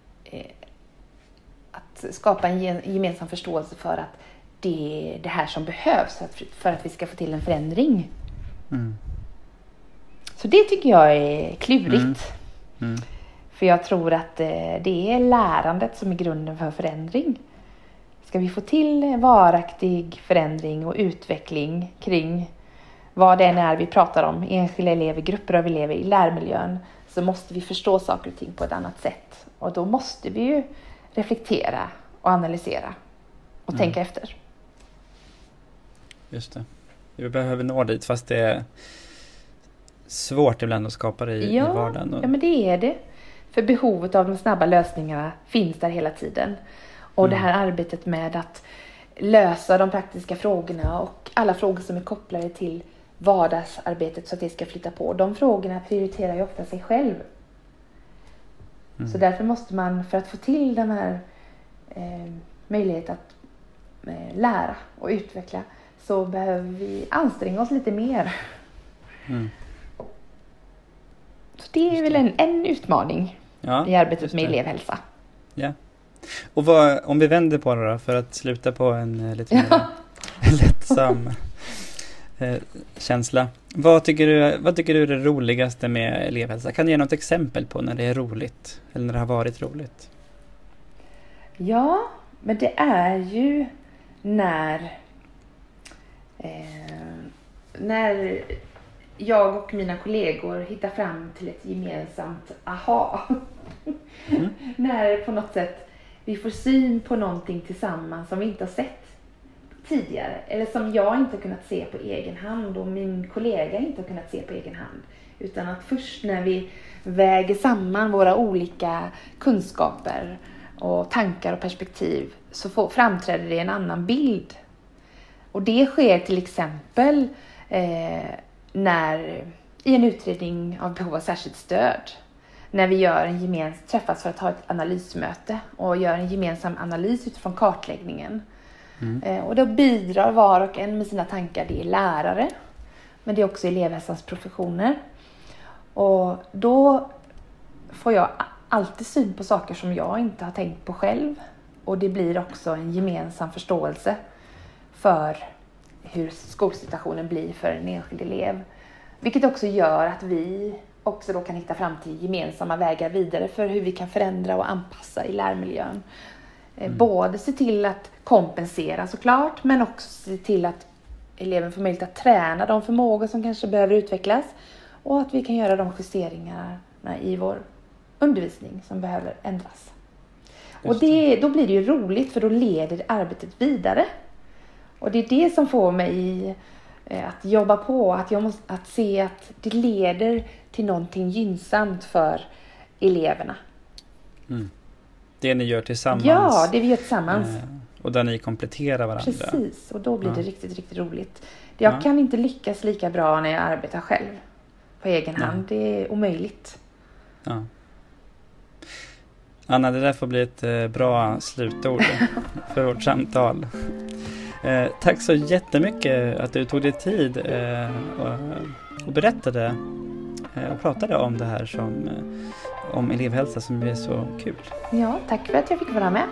att skapa en gemensam förståelse för att det är det här som behövs för att, för att vi ska få till en förändring. Mm. Så det tycker jag är klurigt. Mm. Mm. För jag tror att det är lärandet som är grunden för förändring. Ska vi få till varaktig förändring och utveckling kring vad det än är vi pratar om, enskilda elever, grupper av elever i lärmiljön, så måste vi förstå saker och ting på ett annat sätt. Och då måste vi ju reflektera och analysera och mm. tänka efter. Just det. Vi behöver nå dit, fast det är svårt ibland att skapa det i, ja, i vardagen. Och... Ja, men det är det. För behovet av de snabba lösningarna finns där hela tiden. Och mm. det här arbetet med att lösa de praktiska frågorna och alla frågor som är kopplade till vardagsarbetet så att det ska flytta på. De frågorna prioriterar ju ofta sig själv. Mm. Så därför måste man, för att få till den här eh, möjligheten att eh, lära och utveckla, så behöver vi anstränga oss lite mer. Mm. Så det är väl en, en utmaning ja, i arbetet med elevhälsa. Ja. Och vad, om vi vänder på det då, för att sluta på en lite mer ja. lättsam eh, känsla. Vad tycker, du, vad tycker du är det roligaste med elevhälsa? Kan du ge något exempel på när det är roligt? Eller när det har varit roligt? Ja, men det är ju när eh, när jag och mina kollegor hittar fram till ett gemensamt aha. Mm. När på något sätt vi får syn på någonting tillsammans som vi inte har sett tidigare. Eller som jag inte har kunnat se på egen hand och min kollega inte har kunnat se på egen hand. Utan att först när vi väger samman våra olika kunskaper och tankar och perspektiv så får, framträder det en annan bild. Och det sker till exempel eh, när i en utredning av behov av särskilt stöd. När vi gör en gemens, träffas för att ha ett analysmöte och gör en gemensam analys utifrån kartläggningen. Mm. Eh, och då bidrar var och en med sina tankar. Det är lärare, men det är också elevhälsans professioner. Och då får jag alltid syn på saker som jag inte har tänkt på själv. Och det blir också en gemensam förståelse för hur skolsituationen blir för en enskild elev. Vilket också gör att vi också då kan hitta fram till gemensamma vägar vidare för hur vi kan förändra och anpassa i lärmiljön. Mm. Både se till att kompensera såklart, men också se till att eleven får möjlighet att träna de förmågor som kanske behöver utvecklas och att vi kan göra de justeringarna i vår undervisning som behöver ändras. Och det, då blir det ju roligt, för då leder arbetet vidare. Och det är det som får mig att jobba på, att jag måste att se att det leder till någonting gynnsamt för eleverna. Mm. Det ni gör tillsammans. Ja, det vi gör tillsammans. Eh, och där ni kompletterar varandra. Precis, och då blir ja. det riktigt, riktigt roligt. Jag ja. kan inte lyckas lika bra när jag arbetar själv på egen ja. hand. Det är omöjligt. Ja. Anna, det där får bli ett eh, bra slutord för vårt samtal. Eh, tack så jättemycket att du tog dig tid eh, och, och berättade eh, och pratade om det här som, eh, om elevhälsa som är så kul. Ja, tack för att jag fick vara med.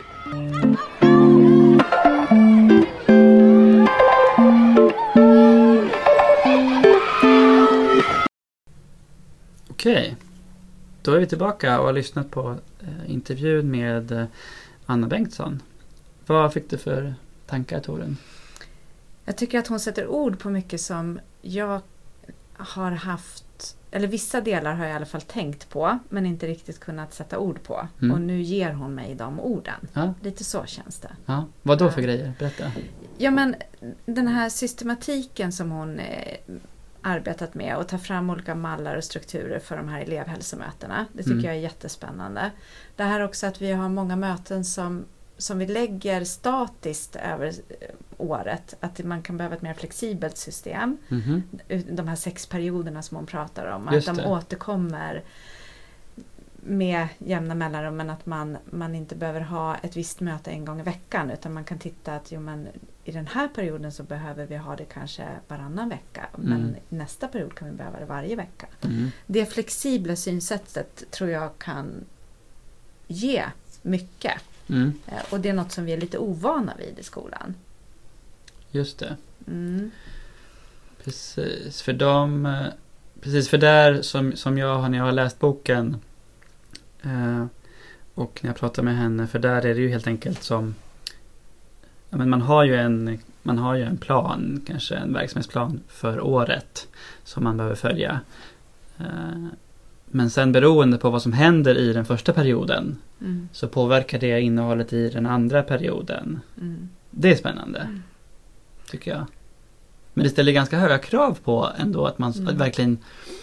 Okej, då är vi tillbaka och har lyssnat på eh, intervjun med eh, Anna Bengtsson. Vad fick du för tankar, Torun? Jag tycker att hon sätter ord på mycket som jag har haft, eller vissa delar har jag i alla fall tänkt på, men inte riktigt kunnat sätta ord på. Mm. Och nu ger hon mig de orden. Ja. Lite så känns det. Ja. Vad då för ja. grejer? Berätta. Ja, men den här systematiken som hon eh, arbetat med och ta fram olika mallar och strukturer för de här elevhälsomötena. Det tycker mm. jag är jättespännande. Det här också att vi har många möten som som vi lägger statiskt över året, att man kan behöva ett mer flexibelt system. Mm-hmm. De här sex perioderna som hon pratar om, just att de det. återkommer med jämna mellanrum, men att man, man inte behöver ha ett visst möte en gång i veckan, utan man kan titta att jo, men i den här perioden så behöver vi ha det kanske varannan vecka, men mm. i nästa period kan vi behöva det varje vecka. Mm. Det flexibla synsättet tror jag kan ge mycket. Mm. Och det är något som vi är lite ovana vid i skolan. Just det. Mm. Precis. För de, precis för där som, som jag har när jag har läst boken eh, och när jag pratar med henne, för där är det ju helt enkelt som ja, men man har ju en man har ju en plan, kanske en verksamhetsplan för året som man behöver följa. Eh, Men sen beroende på vad som händer i den första perioden mm. så påverkar det innehållet i den andra perioden. Mm. Det är spännande, mm. tycker jag. Men det ställer ganska höga krav på ändå att man mm. att verkligen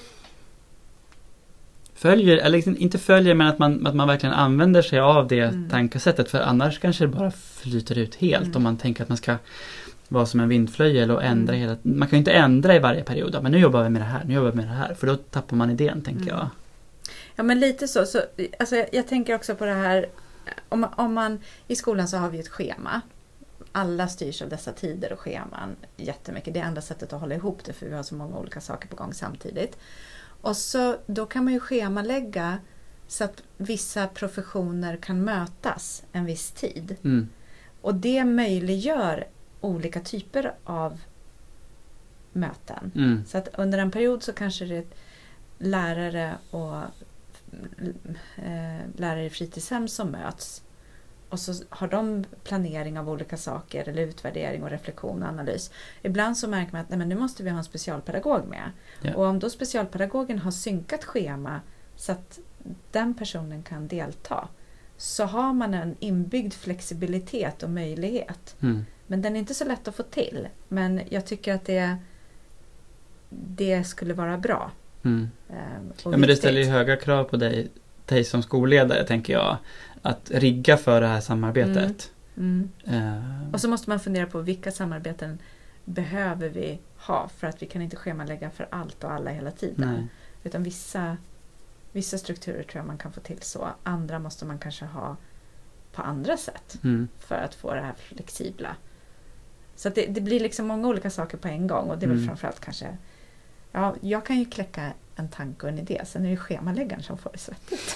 följer, eller inte följer, men att man, att man verkligen använder sig av det mm. tankesättet. För annars kanske det bara flyter ut helt mm. om man tänker att man ska vara som en vindflöjel och ändra mm. hela. Man kan ju inte ändra i varje period. Men nu jobbar vi med det här, nu jobbar vi med det här. För då tappar man idén, tänker mm. jag. Ja, men lite så. så alltså, jag, jag tänker också på det här, om man, om man, i skolan så har vi ett schema. Alla styrs av dessa tider och scheman jättemycket. Det är enda sättet att hålla ihop det, för vi har så många olika saker på gång samtidigt. Och så, då kan man ju schemalägga så att vissa professioner kan mötas en viss tid. Mm. Och det möjliggör olika typer av möten. Mm. Så att under en period så kanske det är lärare och eh, lärare i fritidshem som möts. Och så har de planering av olika saker eller utvärdering och reflektion och analys. Ibland så märker man att nej, men nu måste vi ha en specialpedagog med. Ja. Och om då specialpedagogen har synkat schema så att den personen kan delta, så har man en inbyggd flexibilitet och möjlighet. Mm. Men den är inte så lätt att få till. Men jag tycker att det, det skulle vara bra. Mm. Eh, Ja, men det ställer ju höga krav på dig, dig som skolledare, tänker jag. Att rigga för det här samarbetet. Mm. Mm. Uh. Och så måste man fundera på vilka samarbeten behöver vi ha, för att vi kan inte schemalägga för allt och alla hela tiden. Nej. Utan vissa, vissa strukturer tror jag man kan få till så. Andra måste man kanske ha på andra sätt Mm. för att få det här flexibla. Så att det, det blir liksom många olika saker på en gång, och det är väl Mm. framförallt kanske, ja, jag kan ju kläcka en tanke och en idé, sen är det schemaläggaren som får det svettigt.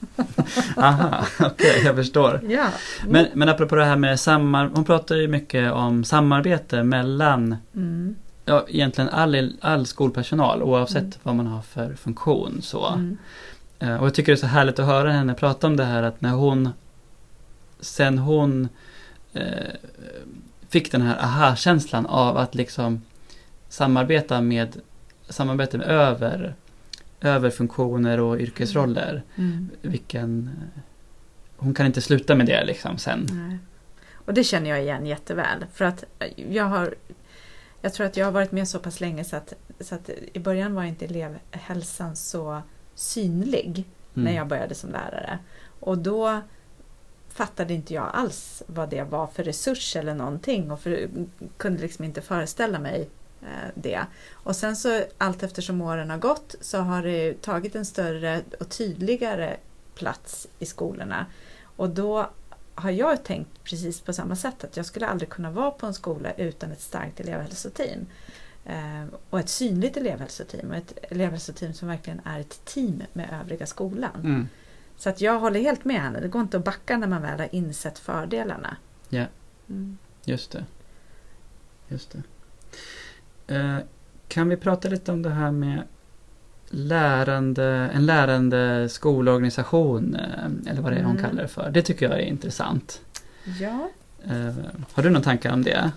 Aha, okej, okay, jag förstår. Ja. Men, men apropå det här med samarbete, hon pratar ju mycket om samarbete mellan Mm. ja, egentligen all, all skolpersonal, oavsett Mm. vad man har för funktion. Så. Mm. Uh, och jag tycker det är så härligt att höra henne prata om det här, att när hon sen hon uh, fick den här aha-känslan av att liksom samarbeta med samarbete med över över funktioner och yrkesroller. Mm. Vilken hon kan inte sluta med det liksom sen. Nej. Och det känner jag igen jätteväl, för att jag har jag tror att jag har varit med så pass länge så att, så att i början var inte elevhälsan så synlig Mm. när jag började som lärare. Och då fattade inte jag alls vad det var för resurs eller någonting, och för, kunde liksom inte föreställa mig eh, det. Och sen så allt eftersom åren har gått så har det tagit en större och tydligare plats i skolorna. Och då har jag tänkt precis på samma sätt, att jag skulle aldrig kunna vara på en skola utan ett starkt elevhälsoteam. Eh, och ett synligt elevhälsoteam, och ett elevhälsoteam som verkligen är ett team med övriga skolan. Mm. Så att jag håller helt med henne. Det går inte att backa när man väl har insett fördelarna. Ja, Mm. just det. Just det. Eh, kan vi prata lite om det här med lärande, en lärande skolorganisation, eh, eller vad det är hon Mm. kallar det för. Det tycker jag är intressant. Ja, Eh, har du någon tankar om det?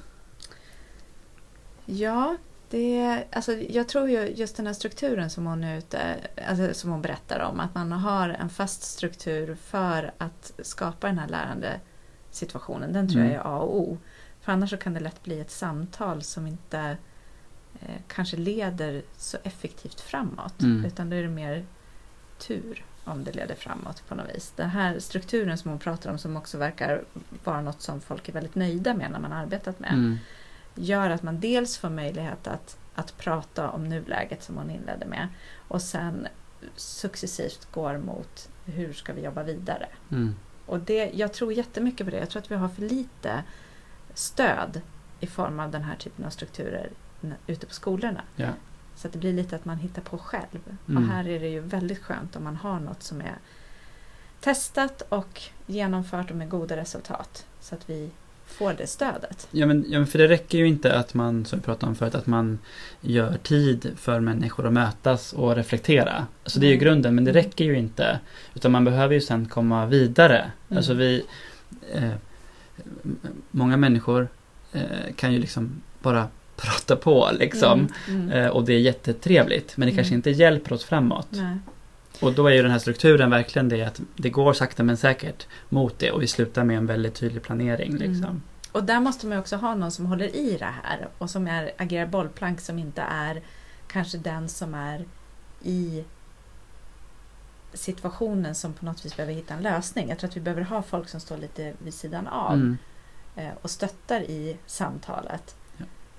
ja det, alltså jag tror ju just den här strukturen som hon är ute, alltså som hon berättar om, att man har en fast struktur för att skapa den här lärande situationen, den tror Mm. jag är A och O. För annars så kan det lätt bli ett samtal som inte eh, kanske leder så effektivt framåt, Mm. utan då är det mer tur om det leder framåt på något vis. Den här strukturen som hon pratar om, som också verkar vara något som folk är väldigt nöjda med när man har arbetat med, Mm. gör att man dels får möjlighet att, att prata om nuläget som hon inledde med, och sen successivt går mot hur ska vi jobba vidare. Mm. Och det, jag tror jättemycket på det. Jag tror att vi har för lite stöd i form av den här typen av strukturer n- ute på skolorna. Ja. Så att det blir lite att man hittar på själv. Mm. Och här är det ju väldigt skönt om man har något som är testat och genomfört och med goda resultat. Så att vi får det stödet. Ja, men, ja, men för det räcker ju inte att man, som vi pratade om förut, att man gör tid för människor att mötas och reflektera. Alltså det är ju Nej. grunden, men det räcker ju inte. Utan man behöver ju sen komma vidare. Mm. Alltså vi, eh, m- många människor eh, kan ju liksom bara prata på liksom. Mm, mm. Eh, och det är jättetrevligt, men det Mm. kanske inte hjälper oss framåt. Nej. Och då är ju den här strukturen verkligen det, att det går sakta men säkert mot det, och vi slutar med en väldigt tydlig planering liksom. Mm. Och där måste man också ha någon som håller i det här och som är, agerar bollplank, som inte är kanske den som är i situationen som på något vis behöver hitta en lösning. Jag tror att vi behöver ha folk som står lite vid sidan av Mm. eh, och stöttar i samtalet. Ja.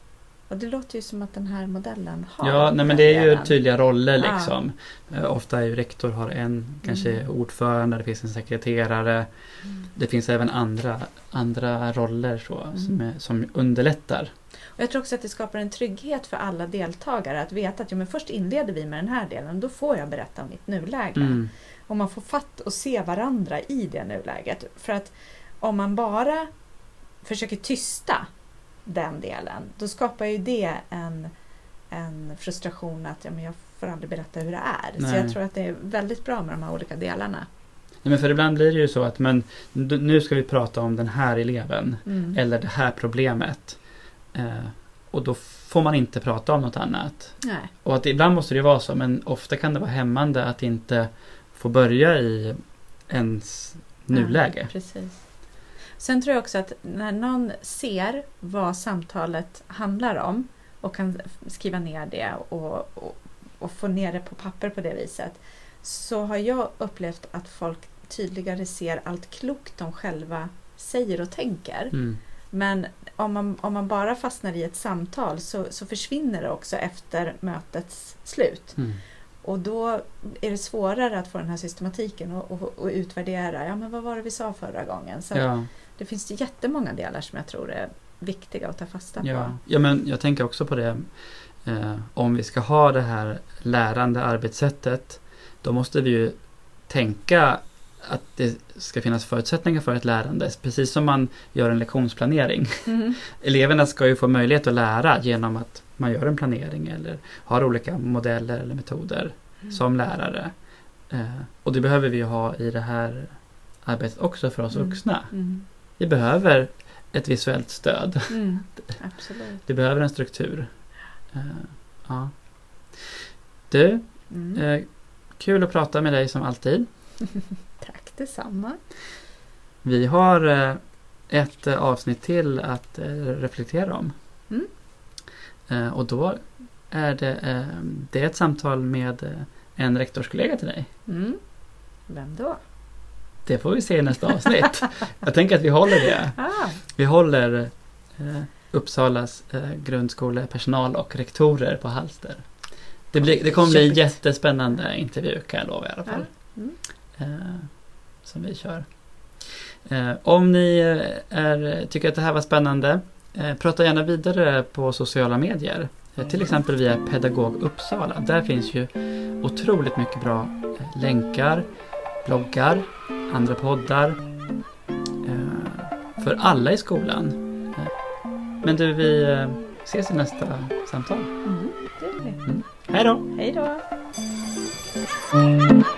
Och det låter ju som att den här modellen har. Ja, nej, men det är ju tydliga roller liksom. Ja. Ofta är ju rektor har en, kanske mm. ordförande, det finns en sekreterare. Mm. Det finns även andra, andra roller så, mm. som, är, som underlättar. Och jag tror också att det skapar en trygghet för alla deltagare att veta att ja, men först inleder vi med den här delen, då får jag berätta om mitt nuläge. Mm. Och man får fatt och se varandra i det nuläget. För att om man bara försöker tysta den delen, då skapar ju det en, en frustration att ja, men jag får aldrig berätta hur det är. Nej. Så jag tror att det är väldigt bra med de här olika delarna. Ja, men för ibland blir det ju så att men, nu ska vi prata om den här eleven mm. eller det här problemet. Eh, och då får man inte prata om något annat. Nej. Och att ibland måste det vara så, men ofta kan det vara hämmande att inte få börja i ens nuläge. Ja, precis. Sen tror jag också att när någon ser vad samtalet handlar om och kan skriva ner det och, och, och få ner det på papper på det viset, så har jag upplevt att folk tydligare ser allt klokt de själva säger och tänker. Mm. Men om man, om man bara fastnar i ett samtal så, så försvinner det också efter mötets slut. Mm. Och då är det svårare att få den här systematiken och, och, och utvärdera. Ja, men vad var det vi sa förra gången? Så ja. Det finns jättemånga delar som jag tror är viktiga att ta fasta på. Ja, ja men jag tänker också på det. Eh, om vi ska ha det här lärande arbetssättet, då måste vi ju tänka att det ska finnas förutsättningar för ett lärande, precis som man gör en lektionsplanering. Mm. Eleverna ska ju få möjlighet att lära genom att man gör en planering eller har olika modeller eller metoder mm. som lärare. Eh, och det behöver vi ju ha i det här arbetet också för oss mm. vuxna. Mm. Vi behöver ett visuellt stöd. Mm. Absolut. Vi behöver en struktur. Eh, ja. Du, mm. eh, kul att prata med dig som alltid. Tack detsamma. Vi har eh, ett eh, avsnitt till att eh, reflektera om. Mm. Eh, och då är det, eh, det är ett samtal med eh, en rektorskollega till dig. Mm. Vem då? Det får vi se i nästa avsnitt. Jag tänker att vi håller det. Ah. Vi håller eh, Uppsalas eh, grundskolepersonal och rektorer på halster. Det, blir, det kommer bli en jättespännande intervju, kan jag lova i alla fall. Ah. Mm. Eh, som vi kör. Eh, om ni är, tycker att det här var spännande, eh, prata gärna vidare på sociala medier. Eh, till exempel via Pedagog Uppsala. Där finns ju otroligt mycket bra eh, länkar, bloggar, andra poddar eh, för alla i skolan. Eh, men du, vi eh, ses i nästa samtal. Mm, det är det. Mm. Hej då! Hej då!